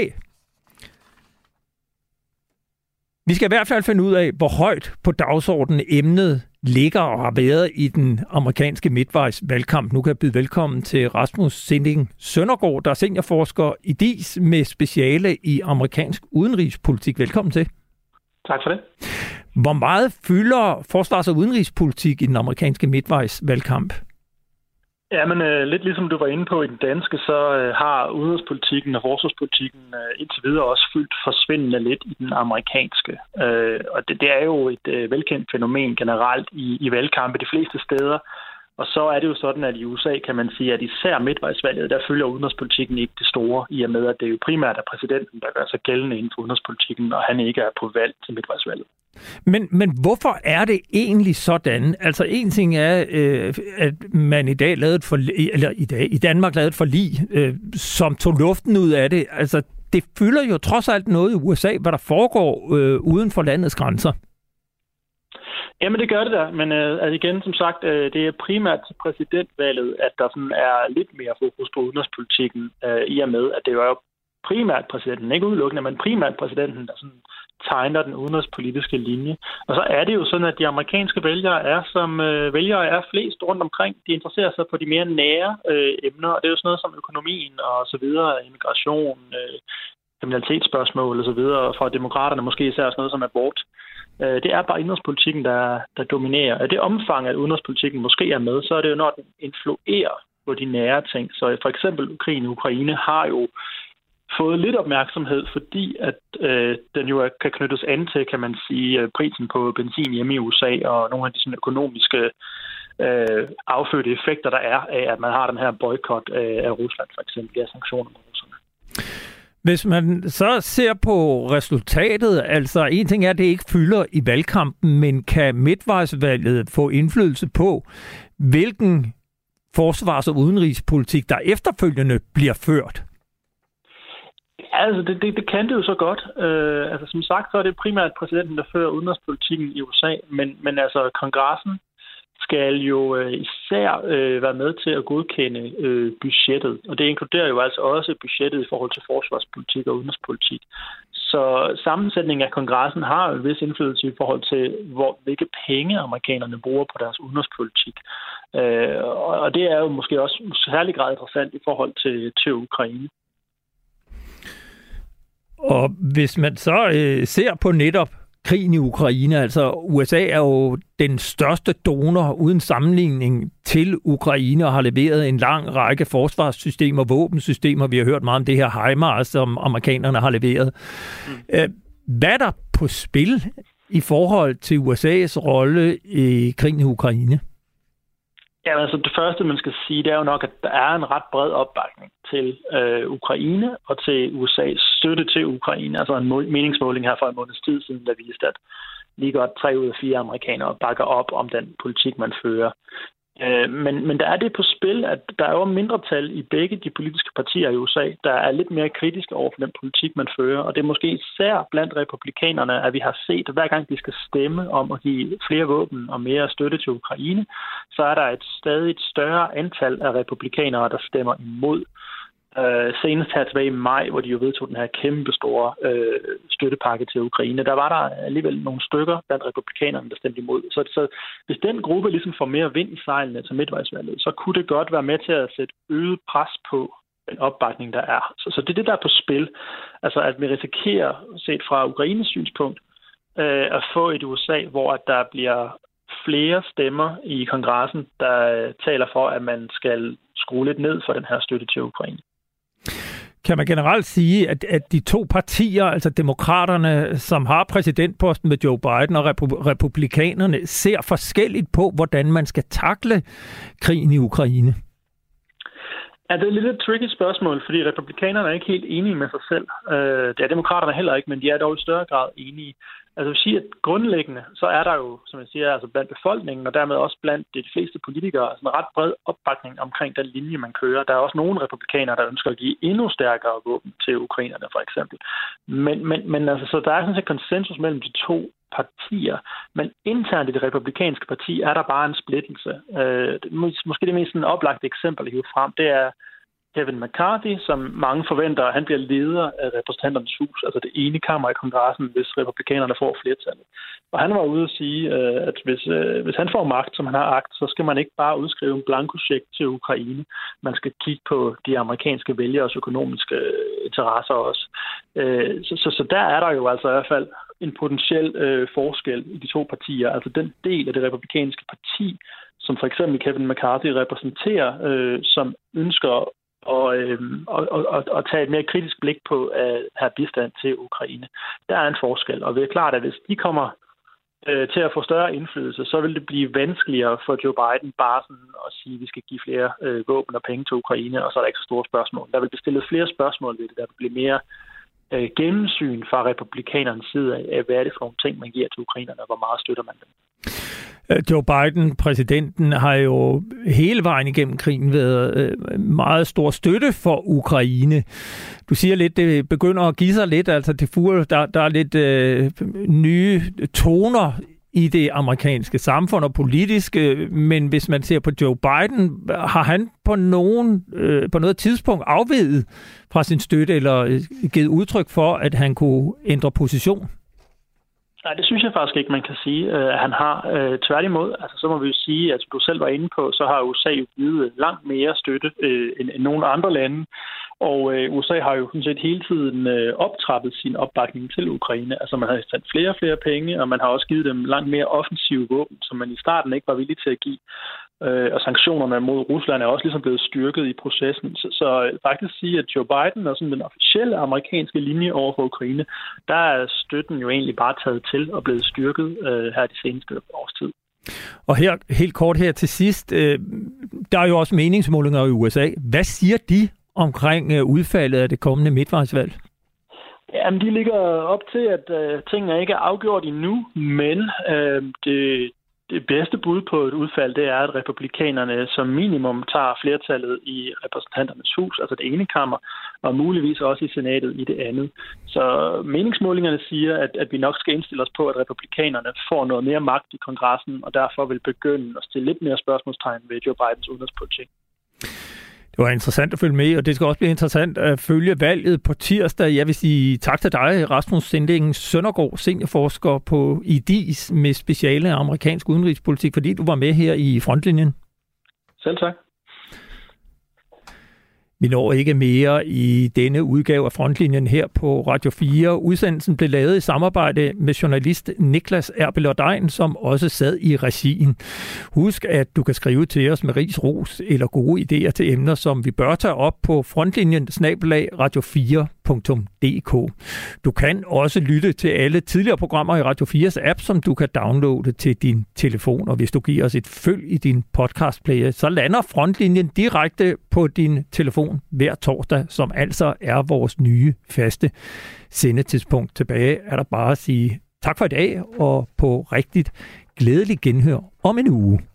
Vi skal i hvert fald finde ud af, hvor højt på dagsordenen emnet ligger og har været i den amerikanske midtvejsvalgkamp. Nu kan jeg byde velkommen til Rasmus Sinding Søndergaard, der er seniorforsker i D I S med speciale i amerikansk udenrigspolitik. Velkommen til. Tak for det. Hvor meget fylder forsvars- og udenrigspolitik i den amerikanske midtvejsvalgkamp? Ja, men øh, lidt ligesom du var inde på i den danske, så øh, har udenrigspolitikken og forsvarspolitikken øh, indtil videre også fyldt forsvindende lidt i den amerikanske. Øh, og det, det er jo et øh, velkendt fænomen generelt i, i valgkampe de fleste steder. Og så er det jo sådan, at i U S A kan man sige, at især midtvejsvalget, der følger udenrigspolitikken ikke det store, i og med, at det er jo primært er præsidenten, der gør sig gældende inden for udenrigspolitikken, og han ikke er på valg til midtvejsvalget. Men, men hvorfor er det egentlig sådan? Altså en ting er, øh, at man i dag lavede et forlig, eller i dag i Danmark lavede et forlig, øh, som tog luften ud af det. Altså det fylder jo trods alt noget i U S A, hvad der foregår øh, uden for landets grænser. Jamen det gør det da, men øh, altså igen som sagt, øh, det er primært til præsidentvalget, at der sådan er lidt mere fokus på udenrigspolitikken, øh, i og med, at det er jo primært præsidenten, ikke udelukkende, men primært præsidenten, der sådan tegner den udenrigspolitiske linje. Og så er det jo sådan, at de amerikanske vælgere er, som øh, vælgere er flest rundt omkring. De interesserer sig for de mere nære øh, emner, og det er jo sådan noget som økonomien og så videre, immigration, øh, kriminalitetsspørgsmål og så videre, og for demokraterne måske især sådan noget som abort. Øh, det er bare udenrigspolitikken, der, der dominerer. Og det omfang, at udenrigspolitikken måske er med, så er det jo, når den influerer på de nære ting. Så for eksempel krigen i Ukraine har jo fået lidt opmærksomhed, fordi at øh, den jo kan knyttes an til, kan man sige, prisen på benzin hjemme i U S A og nogle af de sådan, økonomiske øh, affødte effekter, der er af, at man har den her boykot af, af Rusland, for eksempel, af sanktioner mod russerne. Hvis man så ser på resultatet, altså en ting er, at det ikke fylder i valgkampen, men kan midtvejsvalget få indflydelse på, hvilken forsvars- og udenrigspolitik, der efterfølgende bliver ført? Altså, det, det, det kan det jo så godt. Øh, altså, som sagt, så er det primært præsidenten, der fører udenrigspolitikken i U S A, men, men altså, kongressen skal jo øh, især øh, være med til at godkende øh, budgettet, og det inkluderer jo altså også budgettet i forhold til forsvarspolitik og udenrigspolitik. Så sammensætningen af kongressen har jo en vis indflydelse i forhold til, hvor, hvilke penge amerikanerne bruger på deres udenrigspolitik. Øh, og det er jo måske også i særlig grad interessant i forhold til, til Ukraine. Og hvis man så øh, ser på netop krigen i Ukraine, altså U S A er jo den største donor uden sammenligning til Ukraine og har leveret en lang række forsvarssystemer, våbensystemer. Vi har hørt meget om det her HIMARS, som amerikanerne har leveret. Mm. Hvad er der på spil i forhold til U S A's rolle i krigen i Ukraine? Ja, altså det første, man skal sige, det er jo nok, at der er en ret bred opbakning til øh, Ukraine og til U S A's støtte til Ukraine. Altså en meningsmåling her for en måneds tid siden, der viste, at lige godt tre ud af fire amerikanere bakker op om den politik, man fører. Øh, men, men der er det på spil, at der er jo mindretal i begge de politiske partier i U S A, der er lidt mere kritiske over for den politik, man fører. Og det er måske især blandt republikanerne, at vi har set, at hver gang de skal stemme om at give flere våben og mere støtte til Ukraine, så er der et stadig større antal af republikanere, der stemmer imod. Uh, senest her tilbage i maj, hvor de jo vedtog den her kæmpe store uh, støttepakke til Ukraine, der var der alligevel nogle stykker blandt republikanerne, der stemte imod. Så, så hvis den gruppe ligesom får mere vind i sejlene til midtvejsvalget, så kunne det godt være med til at sætte øget pres på den opbakning, der er. Så, så det er det, der er på spil. Altså at vi risikerer, set fra Ukraines synspunkt, uh, at få et U S A, hvor der bliver flere stemmer i kongressen, der taler for, at man skal skrue lidt ned for den her støtte til Ukraine. Kan man generelt sige, at, at de to partier, altså demokraterne, som har præsidentposten med Joe Biden, og repu- republikanerne, ser forskelligt på, hvordan man skal takle krigen i Ukraine? Ja, det er et lidt tricky spørgsmål, fordi republikanerne er ikke helt enige med sig selv. Det er demokraterne heller ikke, men de er dog i større grad enige. Altså jeg vil sige, at grundlæggende, så er der jo, som jeg siger, altså blandt befolkningen, og dermed også blandt de fleste politikere, altså en ret bred opbakning omkring den linje, man kører. Der er også nogle republikanere, der ønsker at give endnu stærkere våben til ukrainerne, for eksempel. Men, men, men altså, så der er sådan set konsensus mellem de to partier, men internt i det republikanske parti er der bare en splittelse. Øh, måske det mest sådan oplagte eksempel, jeg hiver frem, det er Kevin McCarthy, som mange forventer, han bliver leder af repræsentanternes hus, altså det ene kammer i kongressen, hvis republikanerne får flertallet. Og han var ude at sige, at hvis, hvis han får magt, som han har agt, så skal man ikke bare udskrive en blankocheck til Ukraine. Man skal kigge på de amerikanske vælgeres økonomiske interesser også. Så, så, så der er der jo altså i hvert fald en potentiel øh, forskel i de to partier. Altså den del af det republikanske parti, som for eksempel Kevin McCarthy repræsenterer, øh, som ønsker og, øh, og, og, og tage et mere kritisk blik på at have bistand til Ukraine. Der er en forskel, og det er klart, at hvis de kommer øh, til at få større indflydelse, så vil det blive vanskeligere for Joe Biden bare sådan at sige, at vi skal give flere øh, våben og penge til Ukraine, og så er der ikke så store spørgsmål. Der vil blive stillet flere spørgsmål ved det, der vil blive mere øh, gennemsyn fra republikanernes side af, hvad er det for nogle ting, man giver til ukrainerne, og hvor meget støtter man dem. Joe Biden, præsidenten, har jo hele vejen igennem krigen været meget stor støtte for Ukraine. Du siger lidt, det begynder at give sig lidt, altså det fuger, der, der er lidt øh, nye toner i det amerikanske samfund og politiske, men hvis man ser på Joe Biden, har han på, nogen, øh, på noget tidspunkt afveget fra sin støtte, eller givet udtryk for, at han kunne ændre position? Nej, det synes jeg faktisk ikke, man kan sige, at han har. Tværtimod, altså så må vi jo sige, at du selv var inde på, så har U S A jo givet langt mere støtte end nogle andre lande. Og U S A har jo sådan set hele tiden optrappet sin opbakning til Ukraine. Altså man har sendt flere og flere penge, og man har også givet dem langt mere offensive våben, som man i starten ikke var villig til at give. Og sanktionerne mod Rusland er også ligesom blevet styrket i processen. Så, så faktisk sige, at Joe Biden og sådan den officielle amerikanske linje over for Ukraine, der er støtten jo egentlig bare taget til og blevet styrket øh, her de seneste års tid. Og her helt kort her til sidst, øh, der er jo også meningsmålinger i U S A. Hvad siger de omkring øh, udfaldet af det kommende midtvejsvalg? Jamen, de ligger op til, at øh, tingene ikke er afgjort endnu, men øh, det Det bedste bud på et udfald, det er, at republikanerne som minimum tager flertallet i repræsentanternes hus, altså det ene kammer, og muligvis også i senatet i det andet. Så meningsmålingerne siger, at, at vi nok skal indstille os på, at republikanerne får noget mere magt i kongressen, og derfor vil begynde at stille lidt mere spørgsmålstegn ved Joe Bidens udenrigspolitik. Det var interessant at følge med, og det skal også blive interessant at følge valget på tirsdag. Jeg vil sige tak til dig, Rasmus Sinding Søndergaard, seniorforsker på I D I S med speciale amerikansk udenrigspolitik, fordi du var med her i frontlinjen. Selv tak. Vi når ikke mere i denne udgave af Frontlinjen her på Radio fire. Udsendelsen blev lavet i samarbejde med journalist Niklas Erbelov-Dein, som også sad i regien. Husk, at du kan skrive til os med ris, ros eller gode idéer til emner, som vi bør tage op på frontlinjen snabel-a radio fire punktum d k. Du kan også lytte til alle tidligere programmer i Radio fires app, som du kan downloade til din telefon. Og hvis du giver os et følg i din podcastplayer, så lander Frontlinjen direkte på din telefon hver torsdag, som altså er vores nye faste sendetidspunkt. Tilbage er der bare at sige tak for i dag, og på rigtigt glædelig genhør om en uge.